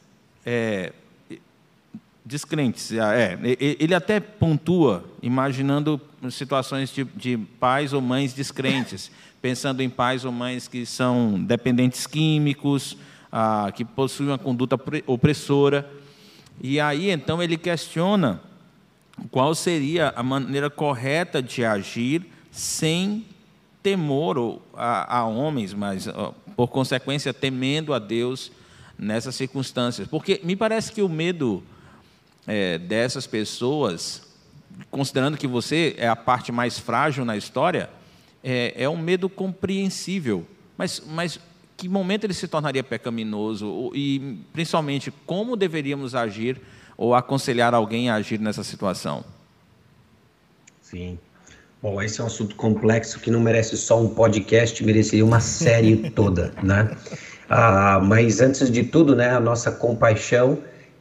Descrentes. Ele até pontua, imaginando situações de pais ou mães descrentes, pensando em pais ou mães que são dependentes químicos, que possuem uma conduta opressora. E aí, então, ele questiona qual seria a maneira correta de agir sem temor a homens, mas, por consequência, temendo a Deus nessas circunstâncias. Porque me parece que o medo dessas pessoas, considerando que você é a parte mais frágil na história, é um medo compreensível. Mas que momento ele se tornaria pecaminoso? E, principalmente, como deveríamos agir ou aconselhar alguém a agir nessa situação? Sim. Bom, esse é um assunto complexo que não merece só um podcast, mereceria uma série toda, né? Mas antes de tudo, né, a nossa compaixão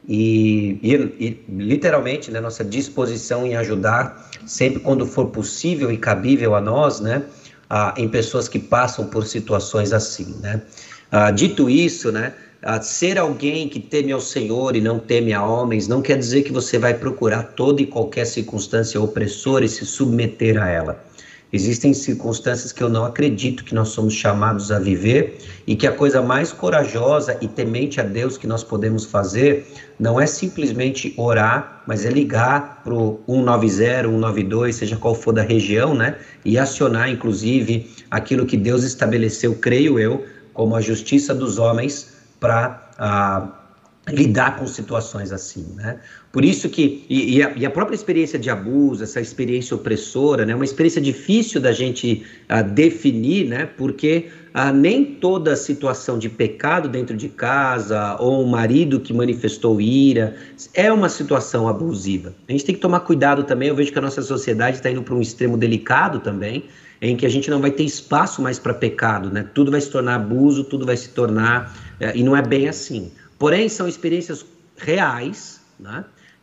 e literalmente, né, nossa disposição em ajudar sempre quando for possível e cabível a nós, né, em pessoas que passam por situações assim, né? Dito isso, né, ser alguém que teme ao Senhor e não teme a homens não quer dizer que você vai procurar toda e qualquer circunstância opressora e se submeter a ela. Existem circunstâncias que eu não acredito que nós somos chamados a viver e que a coisa mais corajosa e temente a Deus que nós podemos fazer não é simplesmente orar, mas é ligar para o 190, 192, seja qual for da região, né? E acionar, inclusive, aquilo que Deus estabeleceu, creio eu, como a justiça dos homens para lidar com situações assim, né? Por isso que, e a própria experiência de abuso, essa experiência opressora, né, uma experiência difícil da gente definir, né, porque nem toda situação de pecado dentro de casa, ou um marido que manifestou ira, é uma situação abusiva. A gente tem que tomar cuidado também, eu vejo que a nossa sociedade está indo para um extremo delicado também, em que a gente não vai ter espaço mais para pecado, né? Tudo vai se tornar abuso, tudo vai se tornar... e não é bem assim. Porém, são experiências reais, né?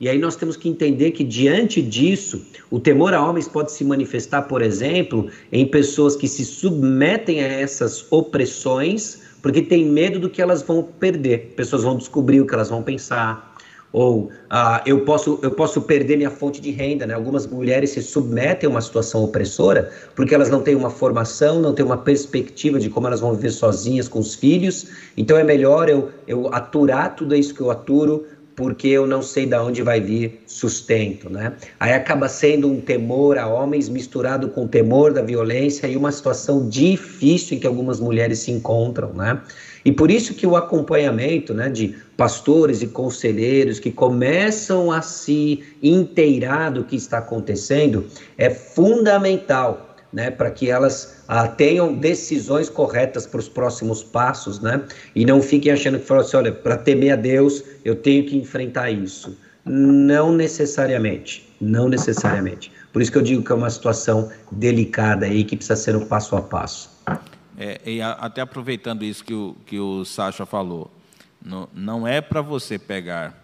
E aí nós temos que entender que, diante disso, o temor a homens pode se manifestar, por exemplo, em pessoas que se submetem a essas opressões porque têm medo do que elas vão perder. Pessoas vão descobrir o que elas vão pensar. Ou eu posso perder minha fonte de renda, né? Algumas mulheres se submetem a uma situação opressora porque elas não têm uma formação, não têm uma perspectiva de como elas vão viver sozinhas com os filhos. Então é melhor eu aturar tudo isso que eu aturo, porque eu não sei de onde vai vir sustento, né? Aí acaba sendo um temor a homens misturado com o temor da violência e uma situação difícil em que algumas mulheres se encontram, né? E por isso que o acompanhamento, né, de pastores e conselheiros que começam a se inteirar do que está acontecendo é fundamental, né, para que elas tenham decisões corretas para os próximos passos, né, e não fiquem achando que falam assim, olha, para temer a Deus eu tenho que enfrentar isso. Não necessariamente. Por isso que eu digo que é uma situação delicada aí que precisa ser um passo a passo. Até aproveitando isso que o Sacha falou, não é para você pegar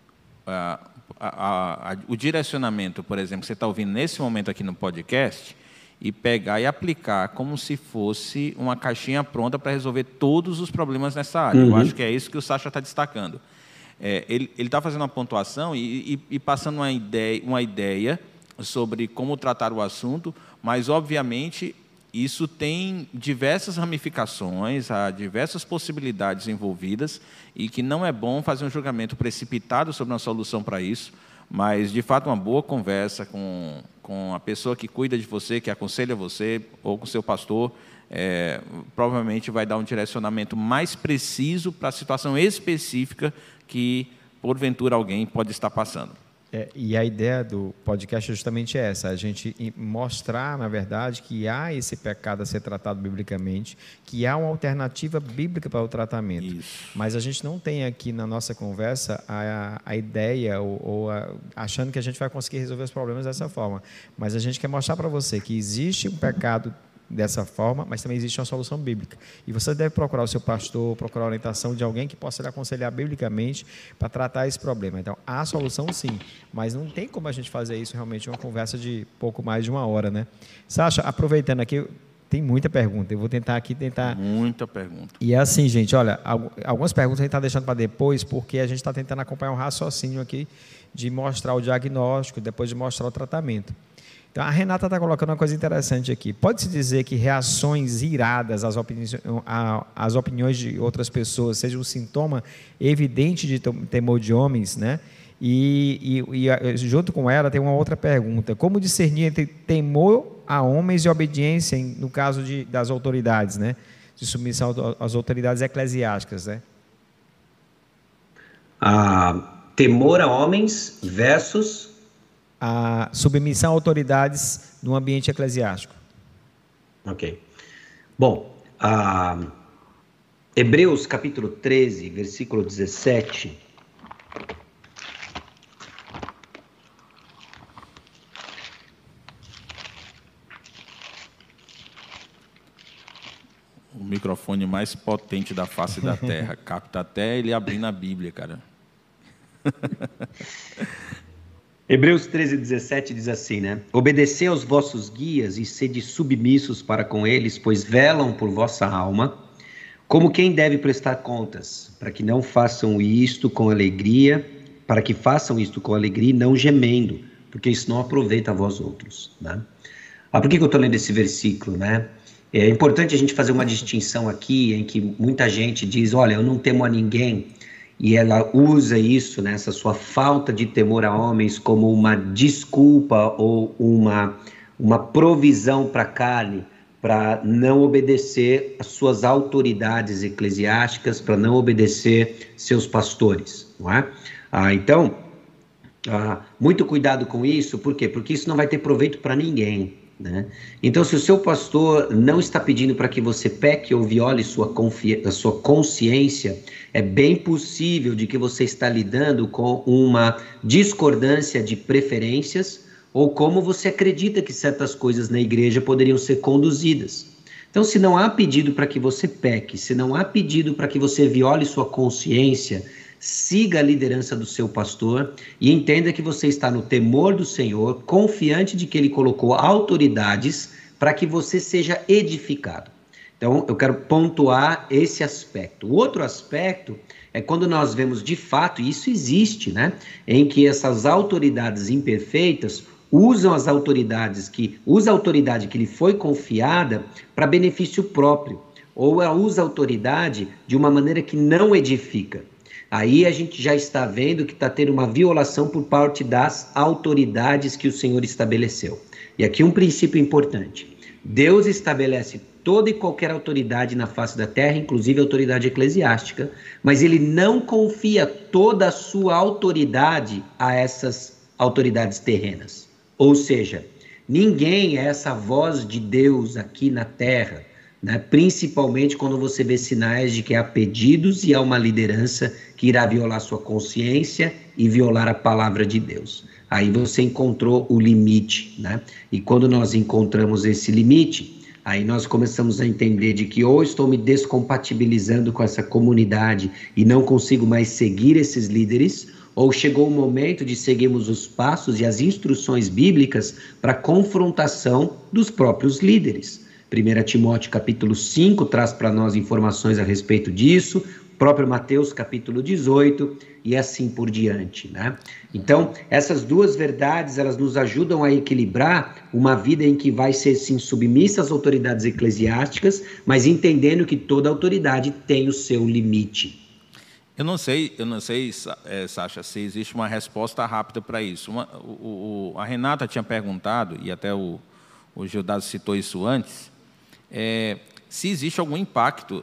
o direcionamento, por exemplo, que você está ouvindo nesse momento aqui no podcast, e pegar e aplicar como se fosse uma caixinha pronta para resolver todos os problemas nessa área. Eu acho que é isso que o Sacha está destacando. Ele está fazendo uma pontuação e passando uma ideia sobre como tratar o assunto, mas, obviamente, isso tem diversas ramificações, há diversas possibilidades envolvidas e que não é bom fazer um julgamento precipitado sobre uma solução para isso, mas, de fato, uma boa conversa com a pessoa que cuida de você, que aconselha você, ou com o seu pastor, provavelmente vai dar um direcionamento mais preciso para a situação específica que, porventura, alguém pode estar passando. E a ideia do podcast é justamente essa, a gente mostrar, na verdade, que há esse pecado a ser tratado biblicamente, que há uma alternativa bíblica para o tratamento. Isso. Mas a gente não tem aqui na nossa conversa a ideia achando que a gente vai conseguir resolver os problemas dessa forma. Mas a gente quer mostrar para você que existe um pecado dessa forma, mas também existe uma solução bíblica. E você deve procurar o seu pastor, procurar a orientação de alguém que possa lhe aconselhar biblicamente para tratar esse problema. Então, há solução sim, mas não tem como a gente fazer isso realmente em uma conversa de pouco mais de 1 hora, né? Sacha, aproveitando aqui, tem muita pergunta, eu vou tentar. Muita pergunta. E é assim, gente, olha, algumas perguntas a gente está deixando para depois, porque a gente está tentando acompanhar um raciocínio aqui de mostrar o diagnóstico, depois de mostrar o tratamento. Então, a Renata está colocando uma coisa interessante aqui. Pode-se dizer que reações iradas às opiniões de outras pessoas seja um sintoma evidente de temor de homens, né? E junto com ela tem uma outra pergunta. Como discernir entre temor a homens e obediência no caso das autoridades, né? De submissão às autoridades eclesiásticas, né? Temor a homens versus a submissão a autoridades no ambiente eclesiástico. Ok. Bom, Hebreus capítulo 13, versículo 17. O microfone mais potente da face da terra. Capta até ele abrindo a Bíblia, cara. Hebreus 13, 17 diz assim, né? Obedecei aos vossos guias e sede submissos para com eles, pois velam por vossa alma, como quem deve prestar contas, para que façam isto com alegria e não gemendo, porque isso não aproveita a vós outros, né? Por que eu estou lendo esse versículo, né? É importante a gente fazer uma distinção aqui, em que muita gente diz, olha, eu não temo a ninguém, e ela usa isso, né, essa sua falta de temor a homens, como uma desculpa ou uma provisão para a carne, para não obedecer às suas autoridades eclesiásticas, para não obedecer seus pastores, não é? Então, muito cuidado com isso, por quê? Porque isso não vai ter proveito para ninguém, né? Então, se o seu pastor não está pedindo para que você peque ou viole a sua consciência, é bem possível de que você está lidando com uma discordância de preferências ou como você acredita que certas coisas na igreja poderiam ser conduzidas. Então, se não há pedido para que você peque, se não há pedido para que você viole sua consciência, Siga a liderança do seu pastor e entenda que você está no temor do Senhor, confiante de que Ele colocou autoridades para que você seja edificado. Então, eu quero pontuar esse aspecto. O outro aspecto é quando nós vemos de fato, e isso existe, né, em que essas autoridades imperfeitas usam a autoridade que lhe foi confiada para benefício próprio, ou ela usa a autoridade de uma maneira que não edifica. Aí a gente já está vendo que está tendo uma violação por parte das autoridades que o Senhor estabeleceu. E aqui um princípio importante. Deus estabelece toda e qualquer autoridade na face da terra, inclusive a autoridade eclesiástica, mas Ele não confia toda a sua autoridade a essas autoridades terrenas. Ou seja, ninguém é essa voz de Deus aqui na terra, né? Principalmente quando você vê sinais de que há pedidos e há uma liderança que irá violar sua consciência e violar a palavra de Deus. Aí você encontrou o limite, né? E quando nós encontramos esse limite, aí nós começamos a entender de que ou estou me descompatibilizando com essa comunidade e não consigo mais seguir esses líderes, ou chegou o momento de seguirmos os passos e as instruções bíblicas para confrontação dos próprios líderes. 1 Timóteo capítulo 5 traz para nós informações a respeito disso, próprio Mateus capítulo 18 e assim por diante, né? Então, essas duas verdades, elas nos ajudam a equilibrar uma vida em que vai ser, sim, submissa às autoridades eclesiásticas, mas entendendo que toda autoridade tem o seu limite. Eu não sei, Sacha, se existe uma resposta rápida para isso. A Renata tinha perguntado, e até o Gildas citou isso antes, se existe algum impacto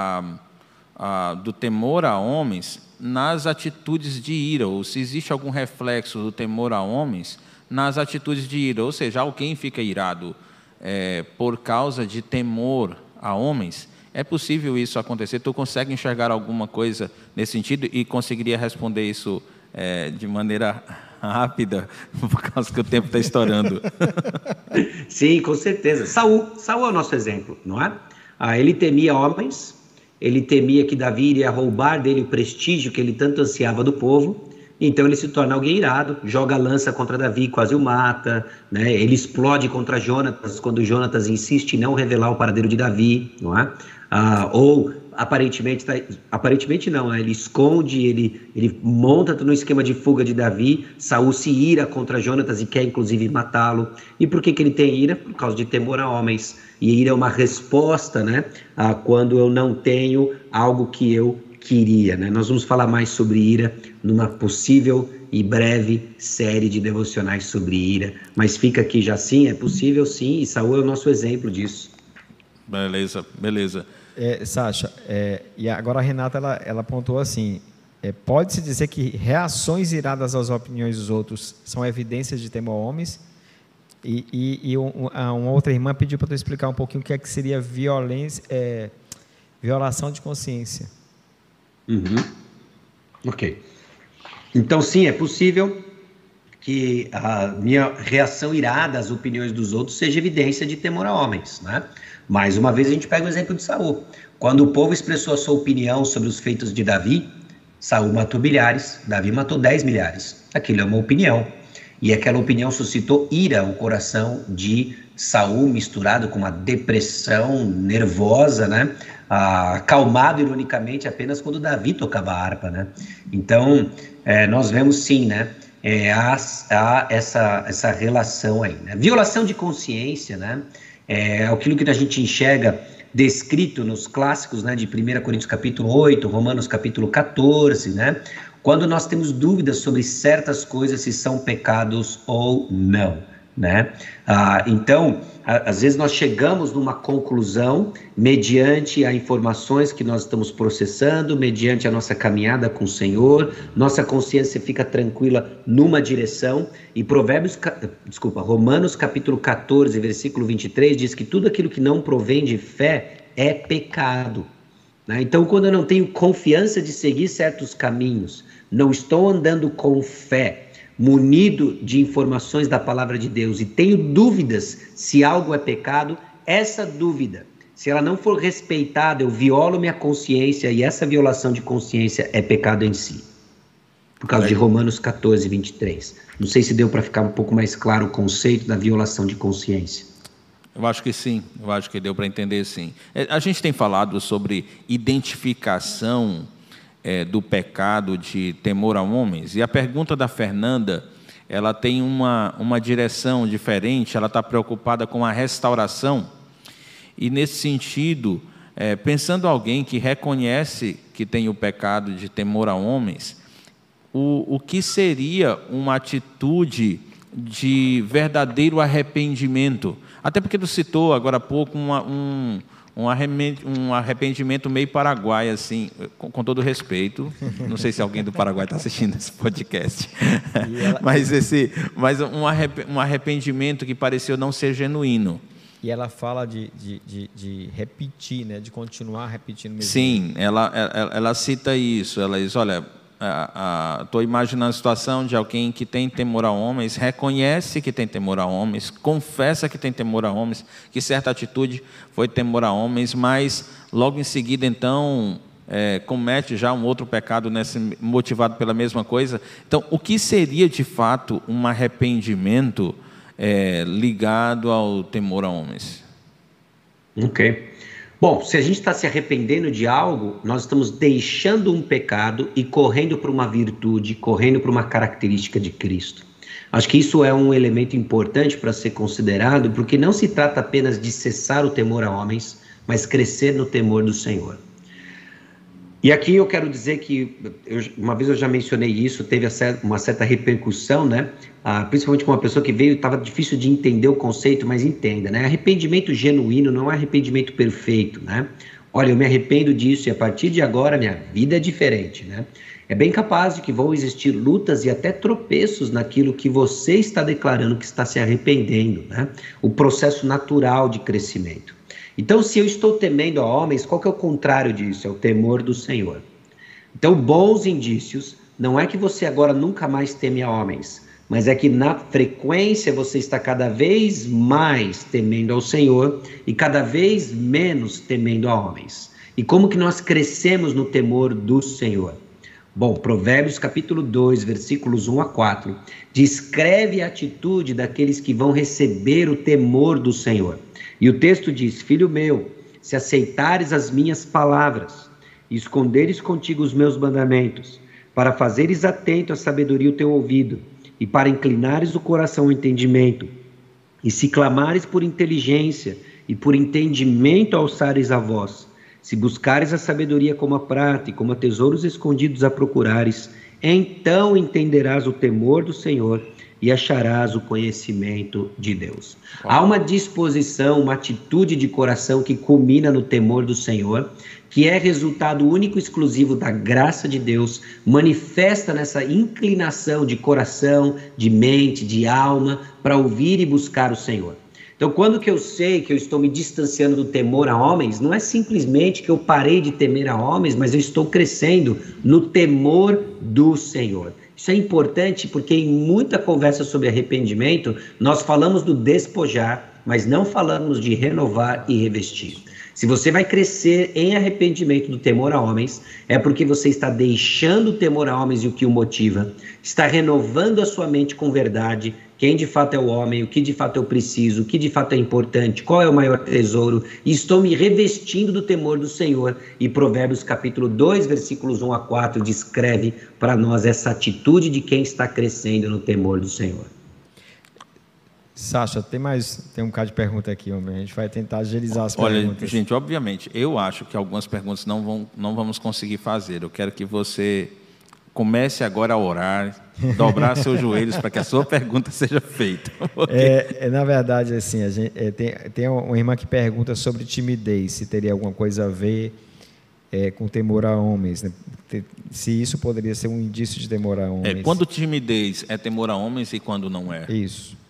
do temor a homens nas atitudes de ira, ou se existe algum reflexo do temor a homens nas atitudes de ira, ou seja, alguém fica irado por causa de temor a homens. É possível isso acontecer? Tu consegue enxergar alguma coisa nesse sentido e conseguiria responder isso de maneira rápida, por causa que o tempo está estourando? Sim, com certeza. Saul é o nosso exemplo, não é? Ele temia homens, ele temia que Davi iria roubar dele o prestígio que ele tanto ansiava do povo, então ele se torna alguém irado, joga a lança contra Davi, quase o mata, né? Ele explode contra Jonatas, quando Jonatas insiste em não revelar o paradeiro de Davi, não é? Ou aparentemente não, né? Ele esconde, ele monta no esquema de fuga de Davi. Saul se ira contra Jonatas e quer inclusive matá-lo. E por que ele tem ira? Por causa de temor a homens. E ira é uma resposta, né, quando eu não tenho algo que eu queria, né? Nós vamos falar mais sobre ira numa possível e breve série de devocionais sobre ira, mas fica aqui já sim, é possível sim, e Saul é o nosso exemplo disso. Beleza. Sacha, e agora a Renata ela pontuou assim, pode-se dizer que reações iradas às opiniões dos outros são evidências de temor a homens? E uma outra irmã pediu para tu explicar um pouquinho o que é que seria violação de consciência. Ok. Então, sim, é possível que a minha reação irada às opiniões dos outros seja evidência de temor a homens, né? Mais uma vez a gente pega o exemplo de Saul. Quando o povo expressou a sua opinião sobre os feitos de Davi, Saul matou milhares, Davi matou 10 milhares. Aquilo é uma opinião. E aquela opinião suscitou ira ao coração de Saul, misturado com uma depressão nervosa, né? Acalmado ironicamente apenas quando Davi tocava a harpa, né? Então, nós vemos sim, né? Há essa relação aí, né? Violação de consciência, né? É aquilo que a gente enxerga descrito nos clássicos, né? De 1 Coríntios capítulo 8, Romanos capítulo 14, né? Quando nós temos dúvidas sobre certas coisas, se são pecados ou não, né? Então, às vezes nós chegamos numa conclusão mediante as informações que nós estamos processando, mediante a nossa caminhada com o Senhor, nossa consciência fica tranquila numa direção, e Romanos capítulo 14, versículo 23, diz que tudo aquilo que não provém de fé é pecado, né? Então, quando eu não tenho confiança de seguir certos caminhos, não estou andando com fé, munido de informações da palavra de Deus, e tenho dúvidas se algo é pecado, essa dúvida, Se ela não for respeitada, eu violo minha consciência e essa violação de consciência é pecado em si. Por causa de Romanos 14, 23. Não sei se deu para ficar um pouco mais claro o conceito da violação de consciência. Eu acho que sim, eu acho que deu para entender sim. A gente tem falado sobre identificação do pecado de temor a homens, e a pergunta da Fernanda, ela tem uma direção diferente, ela está preocupada com a restauração, e nesse sentido, pensando em alguém que reconhece que tem o pecado de temor a homens, o que seria uma atitude de verdadeiro arrependimento? Até porque tu citou agora há pouco um arrependimento meio paraguai, assim, com todo respeito. Não sei se alguém do Paraguai está assistindo esse podcast. Mas um arrependimento que pareceu não ser genuíno. E ela fala de repetir, né? De continuar repetindo mesmo. Sim, ela cita isso. Ela diz, olha, estou imaginando a situação de alguém que tem temor a homens, reconhece que tem temor a homens, confessa que tem temor a homens, que certa atitude foi temor a homens, mas logo em seguida, então, comete já um outro pecado motivado pela mesma coisa. Então, o que seria de fato um arrependimento ligado ao temor a homens? Ok. Bom, se a gente está se arrependendo de algo, nós estamos deixando um pecado e correndo para uma virtude, correndo para uma característica de Cristo. Acho que isso é um elemento importante para ser considerado, porque não se trata apenas de cessar o temor a homens, mas crescer no temor do Senhor. E aqui eu quero dizer que, uma vez eu já mencionei isso, teve uma certa repercussão, né? Principalmente com uma pessoa que veio e estava difícil de entender o conceito, mas entenda, né? Arrependimento genuíno não é arrependimento perfeito, né? Olha, eu me arrependo disso e a partir de agora minha vida é diferente, né? É bem capaz de que vão existir lutas e até tropeços naquilo que você está declarando que está se arrependendo, né? O processo natural de crescimento. Então, se eu estou temendo a homens, qual que é o contrário disso? É o temor do Senhor. Então, bons indícios não é que você agora nunca mais teme a homens, mas é que na frequência você está cada vez mais temendo ao Senhor e cada vez menos temendo a homens. E como que nós crescemos no temor do Senhor? Bom, Provérbios capítulo 2, versículos 1 a 4, descreve a atitude daqueles que vão receber o temor do Senhor. E o texto diz, filho meu, se aceitares as minhas palavras e esconderes contigo os meus mandamentos, para fazeres atento à sabedoria o teu ouvido, e para inclinares o coração ao entendimento, e se clamares por inteligência e por entendimento alçares a voz, se buscares a sabedoria como a prata e como a tesouros escondidos a procurares, então entenderás o temor do Senhor e acharás o conhecimento de Deus. Há uma disposição, uma atitude de coração que culmina no temor do Senhor, que é resultado único e exclusivo da graça de Deus, manifesta nessa inclinação de coração, de mente, de alma, para ouvir e buscar o Senhor. Então, quando que eu sei que eu estou me distanciando do temor a homens, não é simplesmente que eu parei de temer a homens, mas eu estou crescendo no temor do Senhor. Isso é importante porque em muita conversa sobre arrependimento, nós falamos do despojar, mas não falamos de renovar e revestir. Se você vai crescer em arrependimento do temor a homens, é porque você está deixando o temor a homens e o que o motiva, está renovando a sua mente com verdade, quem de fato é o homem, o que de fato eu preciso, o que de fato é importante, qual é o maior tesouro, e estou me revestindo do temor do Senhor. E Provérbios capítulo 2, versículos 1 a 4, descreve para nós essa atitude de quem está crescendo no temor do Senhor. Sacha, tem um bocado de pergunta aqui, homem. A gente vai tentar agilizar as perguntas. Olha, gente, obviamente, eu acho que algumas perguntas não vamos conseguir fazer. Eu quero que você comece agora a orar, dobrar seus joelhos para que a sua pergunta seja feita. Na verdade, assim, tem uma irmã que pergunta sobre timidez, se teria alguma coisa a ver com temor a homens, né? Se isso poderia ser um indício de temor a homens. Quando timidez é temor a homens e quando não é? Isso.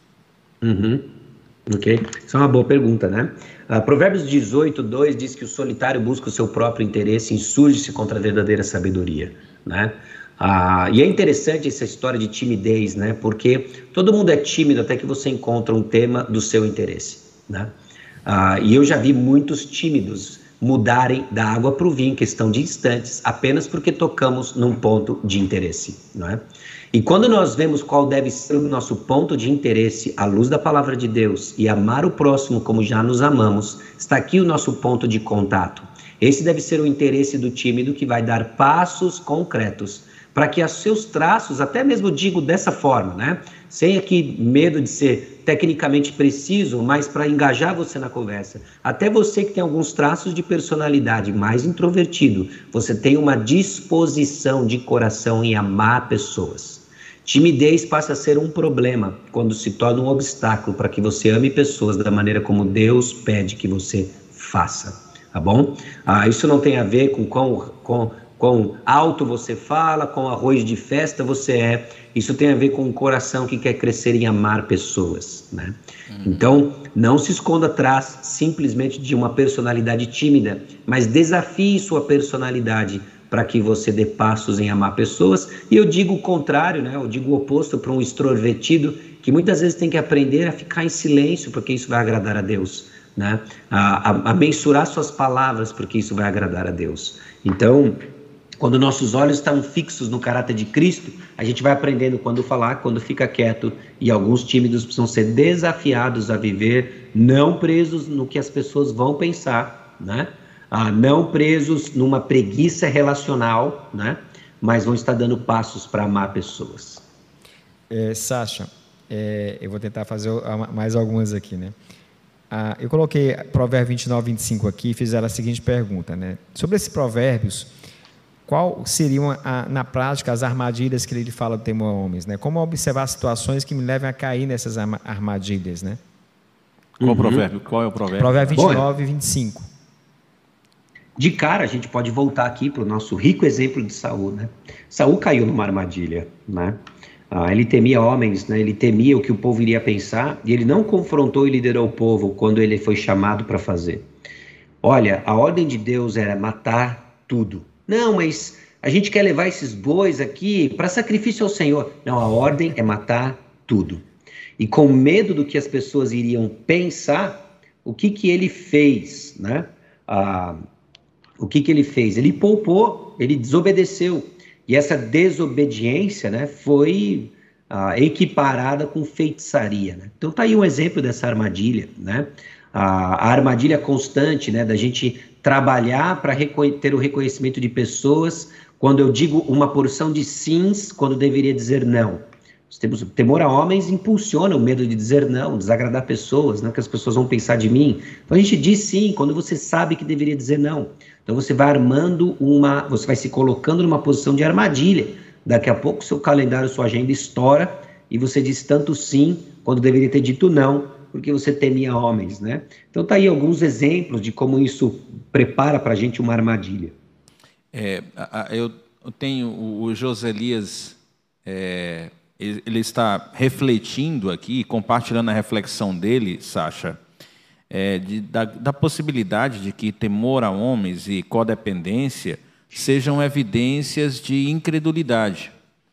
Ok, isso é uma boa pergunta, né? Provérbios 18, 2 diz que o solitário busca o seu próprio interesse e insurge-se contra a verdadeira sabedoria, né? E é interessante essa história de timidez, né? Porque todo mundo é tímido até que você encontra um tema do seu interesse, né? E eu já vi muitos tímidos mudarem da água para o vinho em questão de instantes, apenas porque tocamos num ponto de interesse, não é? E quando nós vemos qual deve ser o nosso ponto de interesse à luz da palavra de Deus e amar o próximo como já nos amamos, está aqui o nosso ponto de contato. Esse deve ser o interesse do tímido, que vai dar passos concretos para que os seus traços, até mesmo digo dessa forma, né? Sem aqui medo de ser tecnicamente preciso, mas para engajar você na conversa. Até você que tem alguns traços de personalidade mais introvertido, você tem uma disposição de coração em amar pessoas. Timidez passa a ser um problema quando se torna um obstáculo para que você ame pessoas da maneira como Deus pede que você faça, tá bom? Isso não tem a ver com quão alto você fala, com arroz de festa você é. Isso tem a ver com um coração que quer crescer em amar pessoas, né? Então, não se esconda atrás simplesmente de uma personalidade tímida, mas desafie sua personalidade para que você dê passos em amar pessoas. E eu digo o contrário, né? Eu digo o oposto para um extrovertido, que muitas vezes tem que aprender a ficar em silêncio, porque isso vai agradar a Deus, né? A mensurar suas palavras, porque isso vai agradar a Deus. Então, quando nossos olhos estão fixos no caráter de Cristo, a gente vai aprendendo quando falar, quando fica quieto, e alguns tímidos precisam ser desafiados a viver não presos no que as pessoas vão pensar, né? Não presos numa preguiça relacional, né? Mas vão estar dando passos para amar pessoas. Sasha, eu vou tentar fazer mais algumas aqui, né? Eu coloquei Provérbios 29, 25 aqui e fizeram a seguinte pergunta, né? Sobre esses provérbios, qual seriam, na prática, as armadilhas que ele fala do temor a homens, né? Como observar situações que me levem a cair nessas armadilhas, né? Qual provérbio? Qual é o provérbio? Provérbio 29 e 25. De cara, a gente pode voltar aqui para o nosso rico exemplo de Saul, né? Saul caiu numa armadilha, né? Ele temia homens, né? Ele temia o que o povo iria pensar, e ele não confrontou e liderou o povo quando ele foi chamado para fazer. Olha, a ordem de Deus era matar tudo. Não, mas a gente quer levar esses bois aqui para sacrifício ao Senhor. Não, a ordem é matar tudo. E com medo do que as pessoas iriam pensar, o que ele fez, né? O que ele fez? Ele poupou, ele desobedeceu. E essa desobediência, né, foi equiparada com feitiçaria, né? Então tá aí um exemplo dessa armadilha, né? A armadilha constante, né, da gente trabalhar para ter o reconhecimento de pessoas, quando eu digo uma porção de sims, quando deveria dizer não. Nós temos temor a homens, impulsiona o medo de dizer não, desagradar pessoas, né, que as pessoas vão pensar de mim. Então a gente diz sim, quando você sabe que deveria dizer não. Então você vai você vai se colocando numa posição de armadilha. Daqui a pouco seu calendário, sua agenda estoura e você diz tanto sim quando deveria ter dito não, porque você temia homens, né? Então tá aí alguns exemplos de como isso prepara para a gente uma armadilha. Eu tenho o Joselias, ele está refletindo aqui, compartilhando a reflexão dele, Sasha, da possibilidade de que temor a homens e codependência sejam evidências de incredulidade.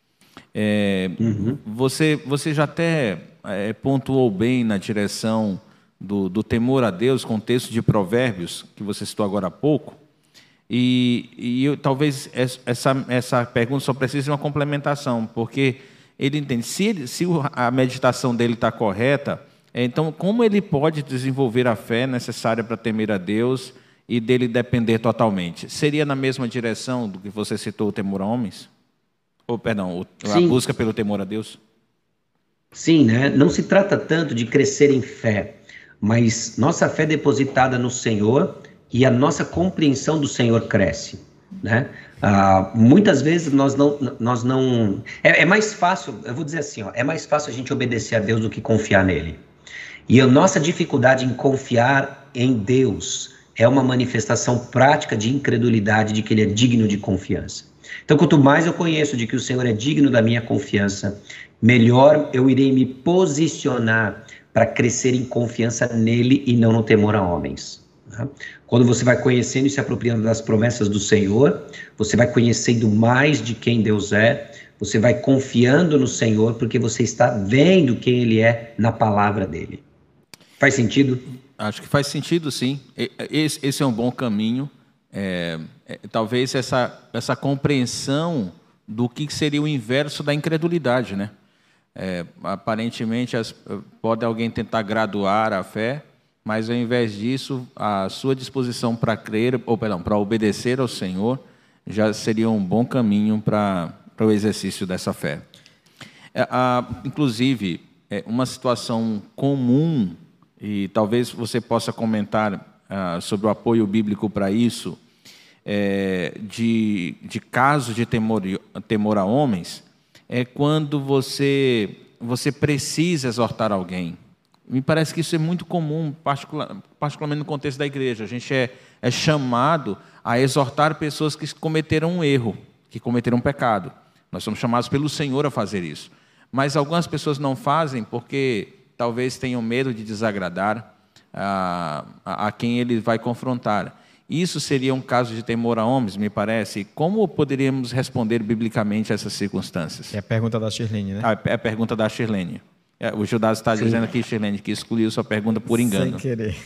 Você já até pontuou bem na direção do temor a Deus, contexto de Provérbios, que você citou agora há pouco, e talvez essa pergunta só precise de uma complementação, porque ele entende, se a meditação dele está correta, então como ele pode desenvolver a fé necessária para temer a Deus e dele depender totalmente? Seria na mesma direção do que você citou, o temor a homens? Ou, perdão, a busca pelo temor a Deus? Sim, né? Não se trata tanto de crescer em fé, mas nossa fé depositada no Senhor e a nossa compreensão do Senhor cresce, né? Muitas vezes nós não... É mais fácil, eu vou dizer assim, é mais fácil a gente obedecer a Deus do que confiar nele. E a nossa dificuldade em confiar em Deus é uma manifestação prática de incredulidade de que ele é digno de confiança. Então, quanto mais eu conheço de que o Senhor é digno da minha confiança, melhor eu irei me posicionar para crescer em confiança nele e não no temor a homens. Quando você vai conhecendo e se apropriando das promessas do Senhor, você vai conhecendo mais de quem Deus é, você vai confiando no Senhor porque você está vendo quem ele é na palavra dele. Faz sentido? Acho que faz sentido, sim. Esse é um bom caminho. Talvez essa compreensão do que seria o inverso da incredulidade, né? Aparentemente, pode alguém tentar graduar a fé, mas ao invés disso, a sua disposição para crer, para obedecer ao Senhor, já seria um bom caminho para o exercício dessa fé. Inclusive, uma situação comum, e talvez você possa comentar sobre o apoio bíblico para isso, de casos de temor a homens, é quando você precisa exortar alguém. Me parece que isso é muito comum, particularmente no contexto da igreja. A gente é chamado a exortar pessoas que cometeram um erro, que cometeram um pecado. Nós somos chamados pelo Senhor a fazer isso. Mas algumas pessoas não fazem porque talvez tenham medo de desagradar a quem ele vai confrontar. Isso seria um caso de temor a homens, me parece. Como poderíamos responder biblicamente a essas circunstâncias? É a pergunta da Shirlene, né? É a pergunta da Shirlene. O Judas está dizendo aqui, Shirlene, que excluiu sua pergunta por engano. Sem querer.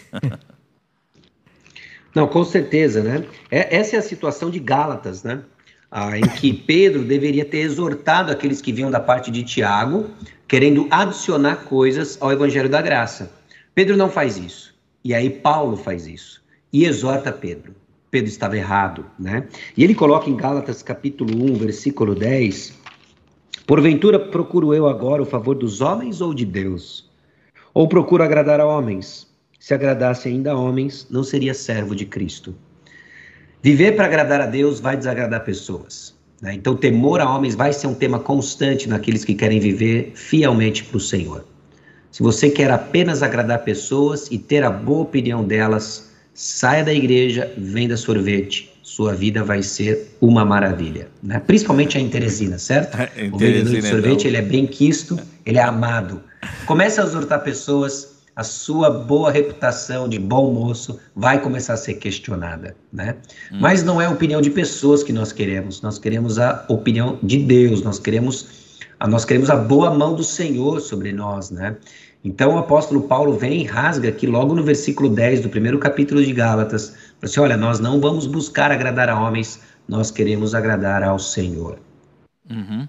Não, com certeza, né? Essa é a situação de Gálatas, né? Em que Pedro deveria ter exortado aqueles que vinham da parte de Tiago, querendo adicionar coisas ao Evangelho da Graça. Pedro não faz isso. E aí Paulo faz isso. E exorta Pedro. Pedro estava errado, né? E ele coloca em Gálatas capítulo 1, versículo 10, porventura procuro eu agora o favor dos homens ou de Deus? Ou procuro agradar a homens? Se agradasse ainda a homens, não seria servo de Cristo. Viver para agradar a Deus vai desagradar pessoas, né? Então temor a homens vai ser um tema constante naqueles que querem viver fielmente para o Senhor. Se você quer apenas agradar pessoas e ter a boa opinião delas, saia da igreja, venda sorvete. Sua vida vai ser uma maravilha, né? Principalmente a em Teresina, certo? O vendedor de sorvete, ele é bem quisto, ele é amado. Comece a exortar pessoas, a sua boa reputação de bom moço vai começar a ser questionada, né? Mas não é a opinião de pessoas que nós queremos a opinião de Deus, nós queremos a boa mão do Senhor sobre nós, né? Então o apóstolo Paulo vem e rasga aqui logo no versículo 10 do primeiro capítulo de Gálatas, assim, olha, nós não vamos buscar agradar a homens, nós queremos agradar ao Senhor. Uhum.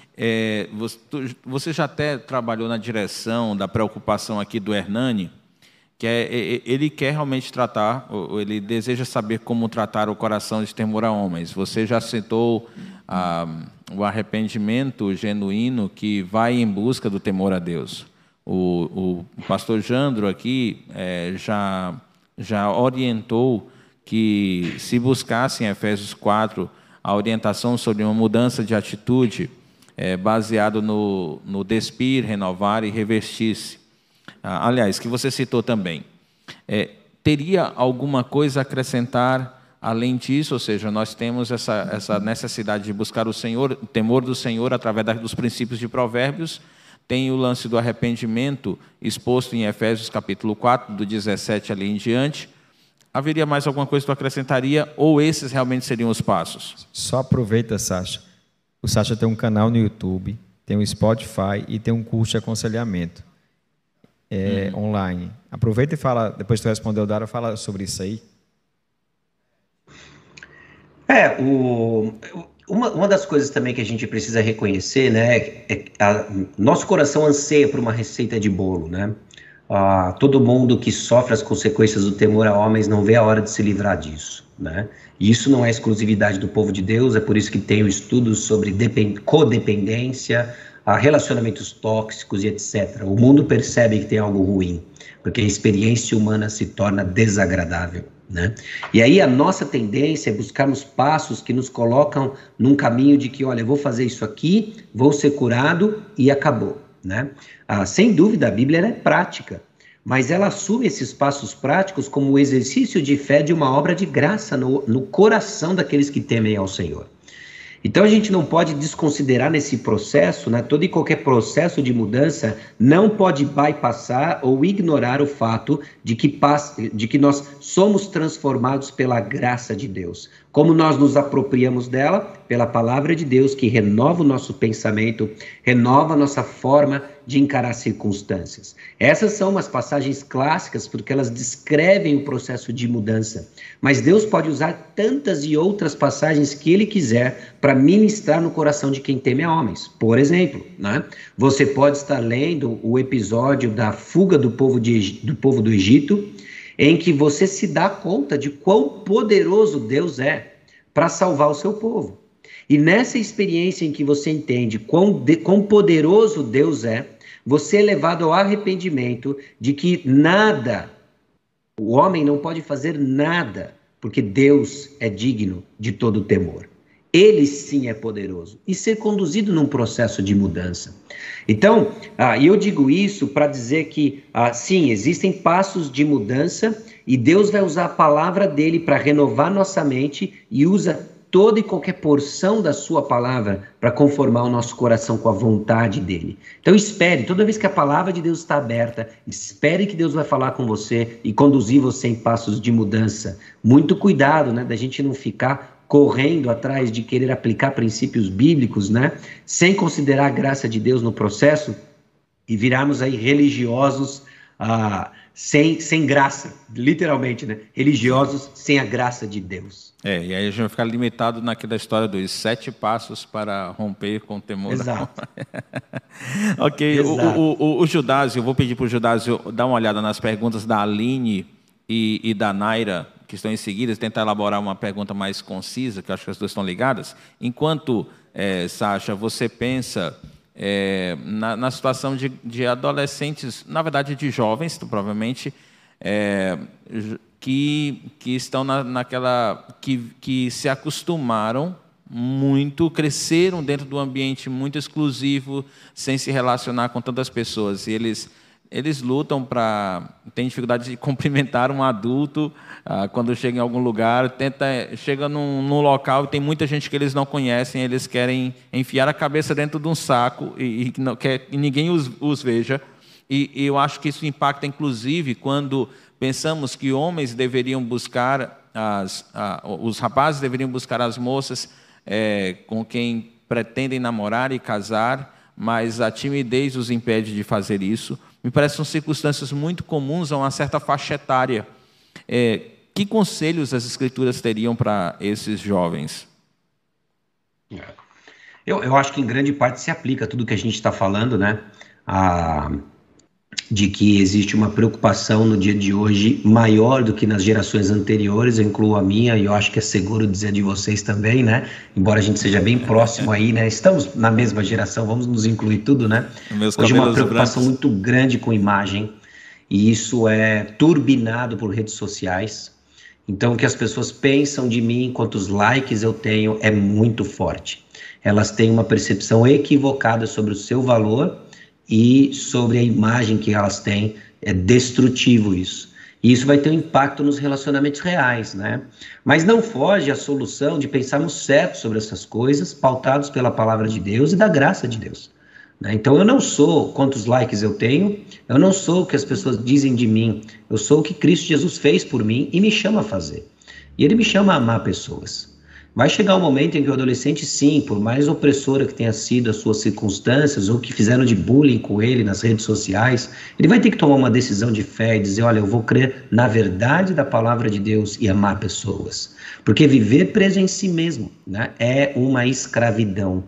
Você já até trabalhou na direção da preocupação aqui do Hernani, que ele quer realmente tratar, ele deseja saber como tratar o coração de temor a homens. Você já citou o arrependimento genuíno que vai em busca do temor a Deus. O pastor Jandro aqui já orientou que se buscasse em Efésios 4 a orientação sobre uma mudança de atitude baseado no despir, renovar e revestir-se. Aliás, que você citou também. Teria alguma coisa a acrescentar além disso? Ou seja, nós temos essa necessidade de buscar o temor do Senhor através dos princípios de Provérbios. Tem o lance do arrependimento exposto em Efésios capítulo 4, do 17 ali em diante. Haveria mais alguma coisa que tu acrescentaria ou esses realmente seriam os passos? Só aproveita, Sacha. O Sacha tem um canal no YouTube, tem um Spotify e tem um curso de aconselhamento online. Aproveita e fala, depois que tu respondeu, Dara, fala sobre isso aí. Uma das coisas também que a gente precisa reconhecer, né, nosso coração anseia por uma receita de bolo, né? Todo mundo que sofre as consequências do temor a homens não vê a hora de se livrar disso, né? E isso não é exclusividade do povo de Deus, é por isso que tem estudos sobre codependência, relacionamentos tóxicos e etc. O mundo percebe que tem algo ruim, porque a experiência humana se torna desagradável, né? E aí a nossa tendência é buscarmos passos que nos colocam num caminho de que, olha, eu vou fazer isso aqui, vou ser curado e acabou, né? Sem dúvida a Bíblia é prática, mas ela assume esses passos práticos como o exercício de fé de uma obra de graça no coração daqueles que temem ao Senhor. Então a gente não pode desconsiderar nesse processo, né? Todo e qualquer processo de mudança não pode bypassar ou ignorar o fato de que nós somos transformados pela graça de Deus. Como nós nos apropriamos dela? Pela palavra de Deus que renova o nosso pensamento, renova a nossa forma de encarar circunstâncias. Essas são umas passagens clássicas porque elas descrevem o processo de mudança. Mas Deus pode usar tantas e outras passagens que Ele quiser para ministrar no coração de quem teme a homens. Por exemplo, né? Você pode estar lendo o episódio da fuga do povo do Egito, em que você se dá conta de quão poderoso Deus é para salvar o seu povo. E nessa experiência em que você entende quão poderoso Deus é, você é levado ao arrependimento de que nada, o homem não pode fazer nada, porque Deus é digno de todo temor. Ele sim é poderoso. E ser conduzido num processo de mudança. Então, eu digo isso para dizer que, sim, existem passos de mudança e Deus vai usar a palavra dele para renovar nossa mente e usa toda e qualquer porção da sua palavra para conformar o nosso coração com a vontade dele. Então espere, toda vez que a palavra de Deus está aberta, espere que Deus vai falar com você e conduzir você em passos de mudança. Muito cuidado, né, da gente não ficar correndo atrás de querer aplicar princípios bíblicos, né, sem considerar a graça de Deus no processo e virarmos aí religiosos sem graça, literalmente, né, religiosos sem a graça de Deus. E aí a gente vai ficar limitado naquela história dos 7 passos para romper com o temor. Exato. Ok, Exato. O Judásio, eu vou pedir para o Judásio dar uma olhada nas perguntas da Aline e da Naira, que estão em seguida, tentar elaborar uma pergunta mais concisa, que eu acho que as duas estão ligadas. Enquanto, Sasha, você pensa na situação de adolescentes, na verdade de jovens, provavelmente, que estão naquela... que se acostumaram muito, cresceram dentro de um ambiente muito exclusivo, sem se relacionar com tantas pessoas. E eles lutam tem dificuldade de cumprimentar um adulto quando chega em algum lugar, chega num local e tem muita gente que eles não conhecem, eles querem enfiar a cabeça dentro de um saco e não quer que ninguém os veja. E eu acho que isso impacta, inclusive, quando pensamos que homens deveriam buscar, os rapazes deveriam buscar as moças com quem pretendem namorar e casar, mas a timidez os impede de fazer isso. Me parece que são circunstâncias muito comuns a uma certa faixa etária. Que conselhos as Escrituras teriam para esses jovens? Eu acho que em grande parte se aplica tudo que a gente está falando, né? De que existe uma preocupação no dia de hoje maior do que nas gerações anteriores, eu incluo a minha e eu acho que é seguro dizer de vocês também, né? Embora a gente seja bem próximo aí, né? Estamos na mesma geração, vamos nos incluir tudo, né? Hoje uma preocupação muito grande com imagem e isso é turbinado por redes sociais. Então o que as pessoas pensam de mim, quantos likes eu tenho, é muito forte. Elas têm uma percepção equivocada sobre o seu valor e sobre a imagem que elas têm. É destrutivo isso. E isso vai ter um impacto nos relacionamentos reais, né? Mas não foge a solução de pensarmos certo sobre essas coisas, pautados pela palavra de Deus e da graça de Deus, né? Então eu não sou quantos likes eu tenho, eu não sou o que as pessoas dizem de mim, eu sou o que Cristo Jesus fez por mim e me chama a fazer. E Ele me chama a amar pessoas. Vai chegar um momento em que o adolescente, sim, por mais opressora que tenha sido as suas circunstâncias ou que fizeram de bullying com ele nas redes sociais, ele vai ter que tomar uma decisão de fé e dizer, olha, eu vou crer na verdade da palavra de Deus e amar pessoas. Porque viver preso em si mesmo, né, é uma escravidão,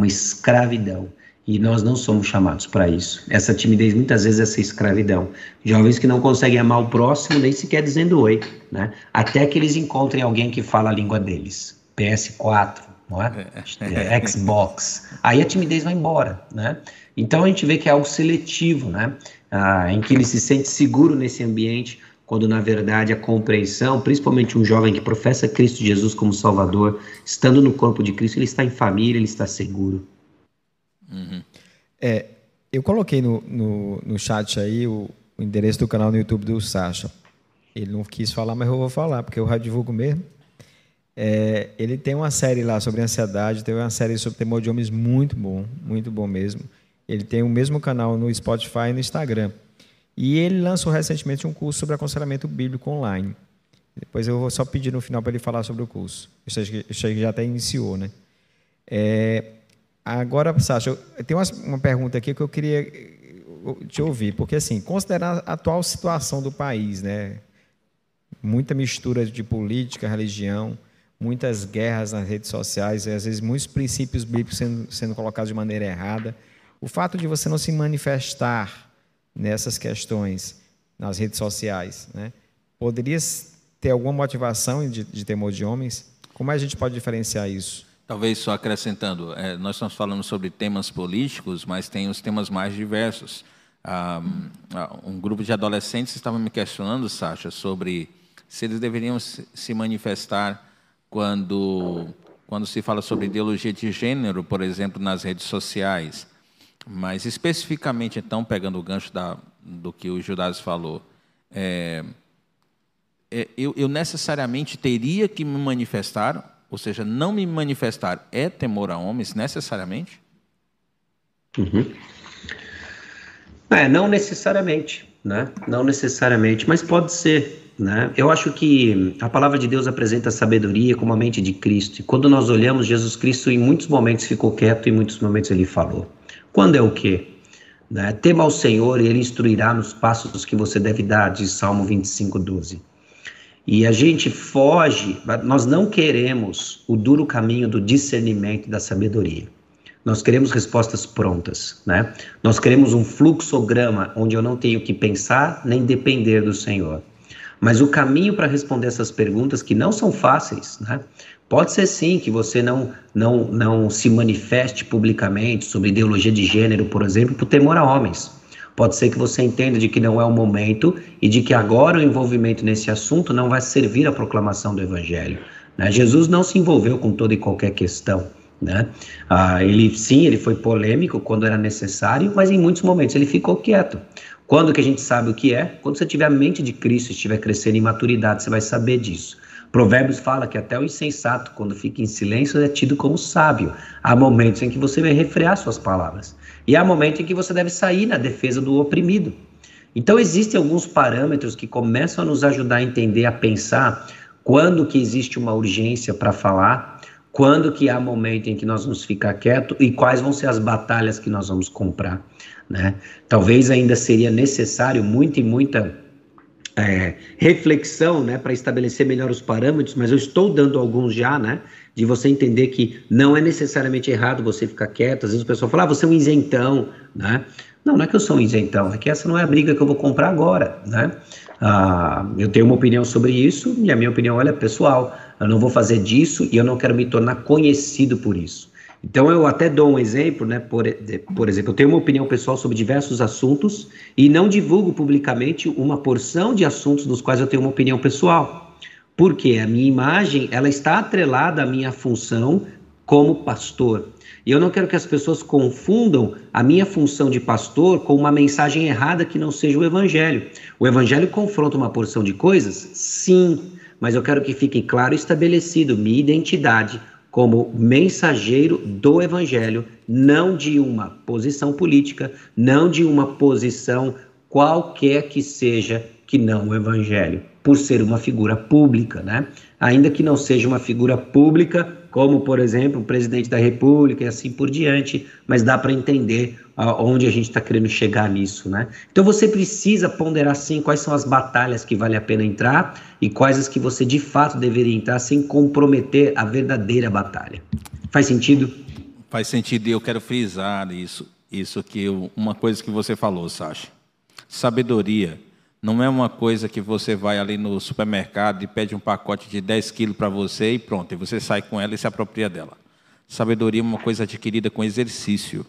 E nós não somos chamados para isso. Essa timidez, muitas vezes, essa escravidão. Jovens que não conseguem amar o próximo, nem sequer dizendo oi, né? Até que eles encontrem alguém que fala a língua deles. PS4, não é? Xbox. Aí a timidez vai embora, né? Então a gente vê que é algo seletivo, né? Em que ele se sente seguro nesse ambiente, quando na verdade a compreensão, principalmente um jovem que professa Cristo Jesus como Salvador, estando no corpo de Cristo, ele está em família, ele está seguro. Uhum. Eu coloquei no chat aí o endereço do canal no YouTube do Sasha. Ele não quis falar, mas eu vou falar, porque eu já divulgo mesmo. Ele tem uma série lá sobre ansiedade, tem uma série sobre temor de homens muito bom mesmo. Ele tem o mesmo canal no Spotify e no Instagram. E ele lançou recentemente um curso sobre aconselhamento bíblico online. Depois eu vou só pedir no final para ele falar sobre o curso. Eu sei que já até iniciou, né? Agora, Sasha, eu tenho uma pergunta aqui que eu queria te ouvir, porque assim, considerar a atual situação do país, né? Muita mistura de política, religião, muitas guerras nas redes sociais, e às vezes muitos princípios bíblicos sendo colocados de maneira errada. O fato de você não se manifestar nessas questões nas redes sociais, né? Poderia ter alguma motivação de temor de homens? Como a gente pode diferenciar isso? Talvez só acrescentando, nós estamos falando sobre temas políticos, mas tem os temas mais diversos. Um grupo de adolescentes estava me questionando, Sacha, sobre se eles deveriam se manifestar quando se fala sobre ideologia de gênero, por exemplo, nas redes sociais. Mas, especificamente, então, pegando o gancho do que o Judas falou, eu necessariamente teria que me manifestar, ou seja, não me manifestar é temor a homens, necessariamente? Uhum. Não necessariamente, né? Não necessariamente, mas pode ser, né? Eu acho que a palavra de Deus apresenta a sabedoria como a mente de Cristo. E quando nós olhamos, Jesus Cristo em muitos momentos ficou quieto, em muitos momentos ele falou. Quando é o quê? Né? Tema ao Senhor e Ele instruirá nos passos que você deve dar, diz Salmo 25:12. E a gente foge, nós não queremos o duro caminho do discernimento e da sabedoria. Nós queremos respostas prontas, né? Nós queremos um fluxograma onde eu não tenho que pensar nem depender do Senhor. Mas o caminho para responder essas perguntas, que não são fáceis, né? Pode ser sim que você não se manifeste publicamente sobre ideologia de gênero, por exemplo, por temor a homens. Pode ser que você entenda de que não é o momento e de que agora o envolvimento nesse assunto não vai servir à proclamação do Evangelho, né? Jesus não se envolveu com toda e qualquer questão, né? Ele foi polêmico quando era necessário, mas em muitos momentos ele ficou quieto. Quando que a gente sabe o que é? Quando você tiver a mente de Cristo e estiver crescendo em maturidade, você vai saber disso. Provérbios fala que até o insensato, quando fica em silêncio, é tido como sábio. Há momentos em que você vai refrear suas palavras. E há momentos em que você deve sair na defesa do oprimido. Então, existem alguns parâmetros que começam a nos ajudar a entender, a pensar quando que existe uma urgência para falar, quando que há momento em que nós vamos ficar quietos e quais vão ser as batalhas que nós vamos comprar, né? Talvez ainda seria necessário muita reflexão, né, para estabelecer melhor os parâmetros, mas eu estou dando alguns já, né, de você entender que não é necessariamente errado você ficar quieto. Às vezes o pessoal fala, você é um isentão, né? Não é que eu sou um isentão, é que essa não é a briga que eu vou comprar agora, né? Eu tenho uma opinião sobre isso e a minha opinião é pessoal. Eu não vou fazer disso e eu não quero me tornar conhecido por isso. Então eu até dou um exemplo, né? Por exemplo, eu tenho uma opinião pessoal sobre diversos assuntos e não divulgo publicamente uma porção de assuntos nos quais eu tenho uma opinião pessoal. Porque a minha imagem, ela está atrelada à minha função como pastor. E eu não quero que as pessoas confundam a minha função de pastor com uma mensagem errada que não seja o Evangelho. O Evangelho confronta uma porção de coisas? Sim, mas eu quero que fique claro e estabelecido minha identidade como mensageiro do Evangelho, não de uma posição política, não de uma posição qualquer que seja que não o Evangelho, por ser uma figura pública, né? Ainda que não seja uma figura pública, como, por exemplo, o presidente da República e assim por diante, mas dá para entender onde a gente está querendo chegar nisso, né? Então você precisa ponderar, sim, quais são as batalhas que vale a pena entrar e quais as que você de fato deveria entrar sem comprometer a verdadeira batalha. Faz sentido? Faz sentido, e eu quero frisar isso uma coisa que você falou, Sacha. Sabedoria não é uma coisa que você vai ali no supermercado e pede um pacote de 10 quilos para você e pronto, e você sai com ela e se apropria dela. Sabedoria é uma coisa adquirida com exercício.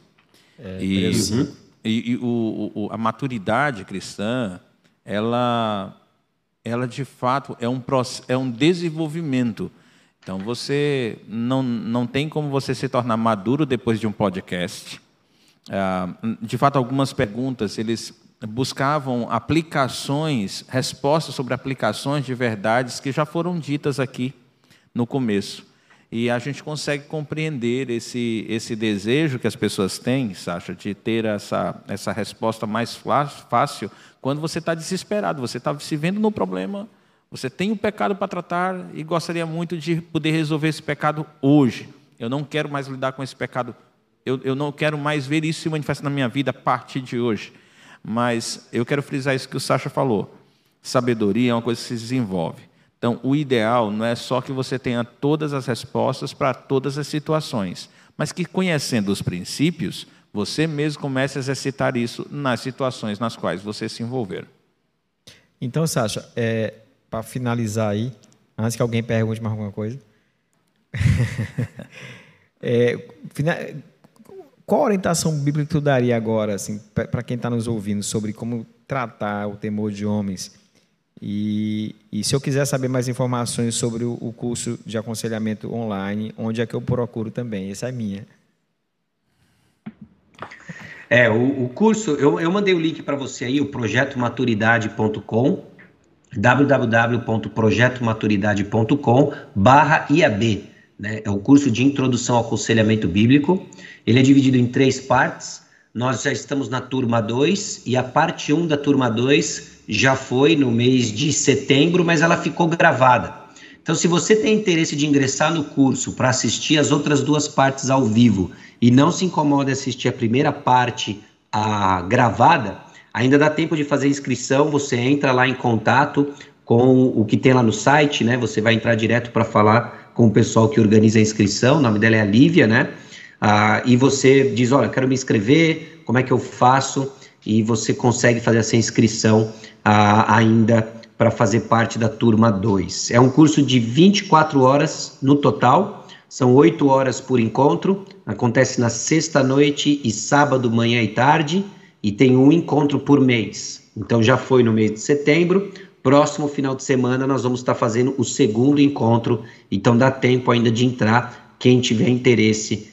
A maturidade cristã, ela de fato é um desenvolvimento. Então, você não tem como você se tornar maduro depois de um podcast. De fato, algumas perguntas, eles buscavam respostas sobre aplicações de verdades que já foram ditas aqui no começo. E a gente consegue compreender esse desejo que as pessoas têm, Sacha, de ter essa resposta mais fácil quando você está desesperado, você está se vendo no problema, você tem um pecado para tratar e gostaria muito de poder resolver esse pecado hoje. Eu não quero mais lidar com esse pecado, eu não quero mais ver isso se manifestar na minha vida a partir de hoje. Mas eu quero frisar isso que o Sacha falou. Sabedoria é uma coisa que se desenvolve. Então, o ideal não é só que você tenha todas as respostas para todas as situações, mas que, conhecendo os princípios, você mesmo comece a exercitar isso nas situações nas quais você se envolver. Então, Sacha, para finalizar aí, antes que alguém pergunte mais alguma coisa, qual a orientação bíblica que tu daria agora, assim, para quem está nos ouvindo, sobre como tratar o temor de homens? E se eu quiser saber mais informações sobre o curso de aconselhamento online, onde é que eu procuro também? Essa é minha. O curso, eu mandei o link para você aí, o projetomaturidade.com, www.projetomaturidade.com/IAB, né? É o curso de introdução ao aconselhamento bíblico. Ele é dividido em 3 partes. Nós já estamos na turma 2 e a parte 1 da turma 2 já foi no mês de setembro, mas ela ficou gravada. Então, se você tem interesse de ingressar no curso para assistir as outras 2 partes ao vivo e não se incomoda em assistir a primeira parte gravada, ainda dá tempo de fazer inscrição. Você entra lá em contato com o que tem lá no site, né? Você vai entrar direto para falar com o pessoal que organiza a inscrição. O nome dela é a Lívia, né? E você diz, olha, quero me inscrever, como é que eu faço? E você consegue fazer essa inscrição ainda para fazer parte da turma 2. É um curso de 24 horas no total, são 8 horas por encontro, acontece na sexta-noite e sábado, manhã e tarde, e tem um encontro por mês. Então já foi no mês de setembro, próximo final de semana nós vamos estar fazendo o segundo encontro, então dá tempo ainda de entrar, quem tiver interesse,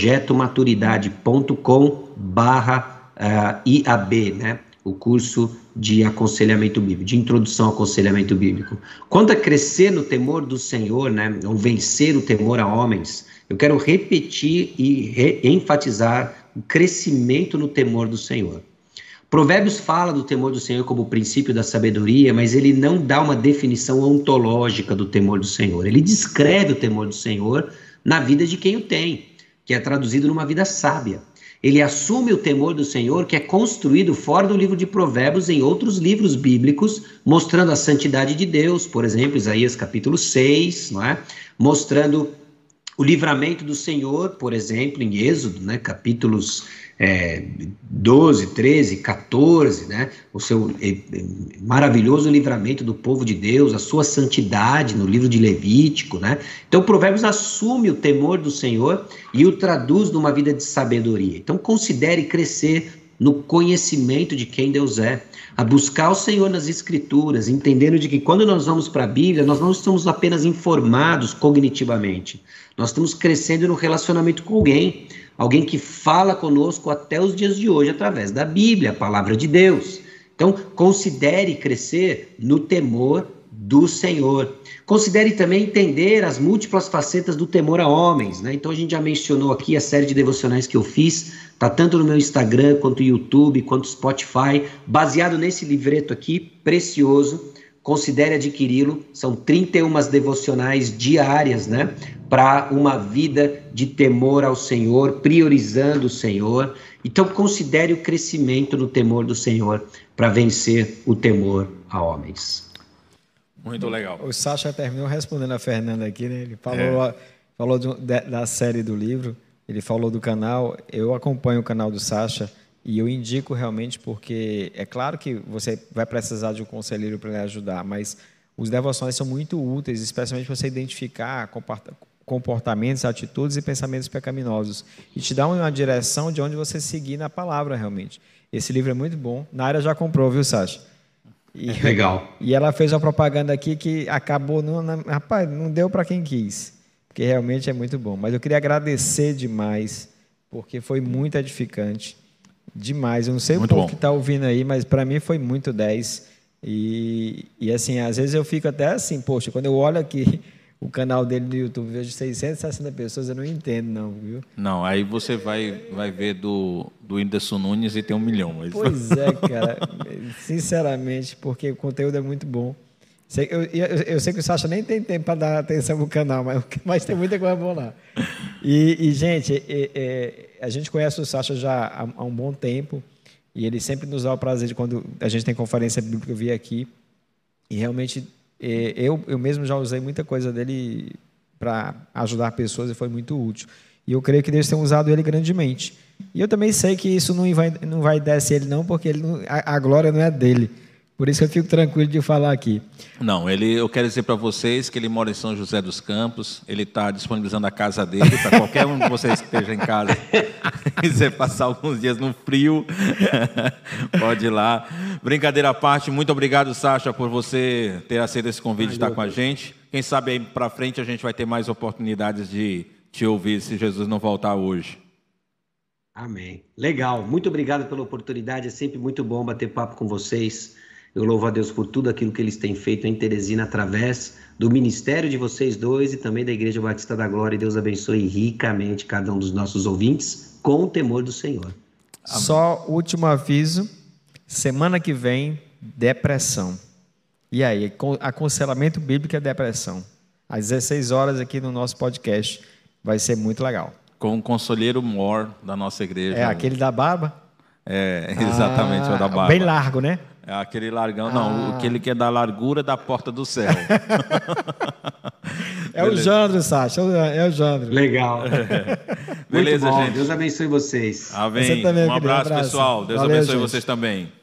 projetomaturidade.com/IAB, né? O curso de aconselhamento bíblico, de introdução ao aconselhamento bíblico. Quanto a crescer no temor do Senhor, né? Ou vencer o temor a homens, eu quero repetir e enfatizar o crescimento no temor do Senhor. Provérbios fala do temor do Senhor como o princípio da sabedoria, mas ele não dá uma definição ontológica do temor do Senhor. Ele descreve o temor do Senhor na vida de quem o tem, que é traduzido numa vida sábia. Ele assume o temor do Senhor, que é construído fora do livro de Provérbios em outros livros bíblicos, mostrando a santidade de Deus, por exemplo, Isaías capítulo 6, não é? Mostrando o livramento do Senhor, por exemplo, em Êxodo, né? Capítulos 12, 13, 14, né? O seu maravilhoso livramento do povo de Deus, a sua santidade no livro de Levítico, né? Então, Provérbios assume o temor do Senhor e o traduz numa vida de sabedoria. Então, considere crescer no conhecimento de quem Deus é, a buscar o Senhor nas Escrituras, entendendo de que quando nós vamos para a Bíblia, nós não estamos apenas informados cognitivamente, nós estamos crescendo no relacionamento com alguém que fala conosco até os dias de hoje através da Bíblia, a palavra de Deus. Então, considere crescer no temor do Senhor. Considere também entender as múltiplas facetas do temor a homens, né? Então, a gente já mencionou aqui a série de devocionais que eu fiz, tá tanto no meu Instagram, quanto no YouTube, quanto Spotify, baseado nesse livreto aqui, precioso. Considere adquiri-lo, são 31 devocionais diárias, né? Para uma vida de temor ao Senhor, priorizando o Senhor. Então, considere o crescimento no temor do Senhor para vencer o temor a homens. Muito legal. O Sacha terminou respondendo a Fernanda aqui, né? Ele falou da série do livro, ele falou do canal. Eu acompanho o canal do Sacha e eu indico realmente porque é claro que você vai precisar de um conselheiro para lhe ajudar, mas os devocionais são muito úteis, especialmente para você identificar comportamentos, atitudes e pensamentos pecaminosos e te dá uma direção de onde você seguir na palavra realmente. Esse livro é muito bom. Naira já comprou, viu, Sacha? Legal. E ela fez uma propaganda aqui que acabou, rapaz, não deu para quem quis, porque realmente é muito bom. Mas eu queria agradecer demais, porque foi muito edificante, demais. Eu não sei muito o povo que está ouvindo aí, mas para mim foi muito 10. E assim, às vezes eu fico até assim, poxa, quando eu olho aqui o canal dele no YouTube, vejo 660 pessoas, eu não entendo não, viu? Não, aí você vai ver do Whindersson Nunes e tem 1 milhão. Mas... Pois é, cara, sinceramente, porque o conteúdo é muito bom. Eu sei que o Sacha nem tem tempo para dar atenção no canal, mas tem muita coisa boa lá. E gente, a gente conhece o Sacha já há um bom tempo E ele sempre nos dá o prazer de quando a gente tem conferência bíblica vir aqui. E realmente, eu mesmo já usei muita coisa dele para ajudar pessoas e foi muito útil. E eu creio que Deus tem usado ele grandemente. E eu também sei que isso não vai descer ele não, porque a glória não é dele. Por isso que eu fico tranquilo de falar aqui. Não, eu quero dizer para vocês que ele mora em São José dos Campos, ele está disponibilizando a casa dele para qualquer um de vocês que esteja em casa, quiser passar alguns dias no frio, pode ir lá. Brincadeira à parte, muito obrigado, Sacha, por você ter aceito esse convite de estar com a gente. Quem sabe aí para frente a gente vai ter mais oportunidades de te ouvir se Jesus não voltar hoje. Amém. Legal, muito obrigado pela oportunidade, é sempre muito bom bater papo com vocês. Eu louvo a Deus por tudo aquilo que eles têm feito em Teresina através do ministério de vocês dois e também da Igreja Batista da Glória. E Deus abençoe ricamente cada um dos nossos ouvintes com o temor do Senhor. Amém. Só último aviso, semana que vem, depressão. E aí, aconselhamento bíblico é depressão. Às 16 horas aqui no nosso podcast. Vai ser muito legal. Com o conselheiro Mor da nossa igreja. É aquele da barba? É, exatamente, o da barba. Bem largo, né? É aquele largão, não, aquele que é da largura da porta do céu. É o Jandro, Sacha, é o Jandro. Legal. Beleza, muito bom. gente. Deus abençoe vocês. Amém. Também, um abraço, pessoal. Deus abençoe vocês também.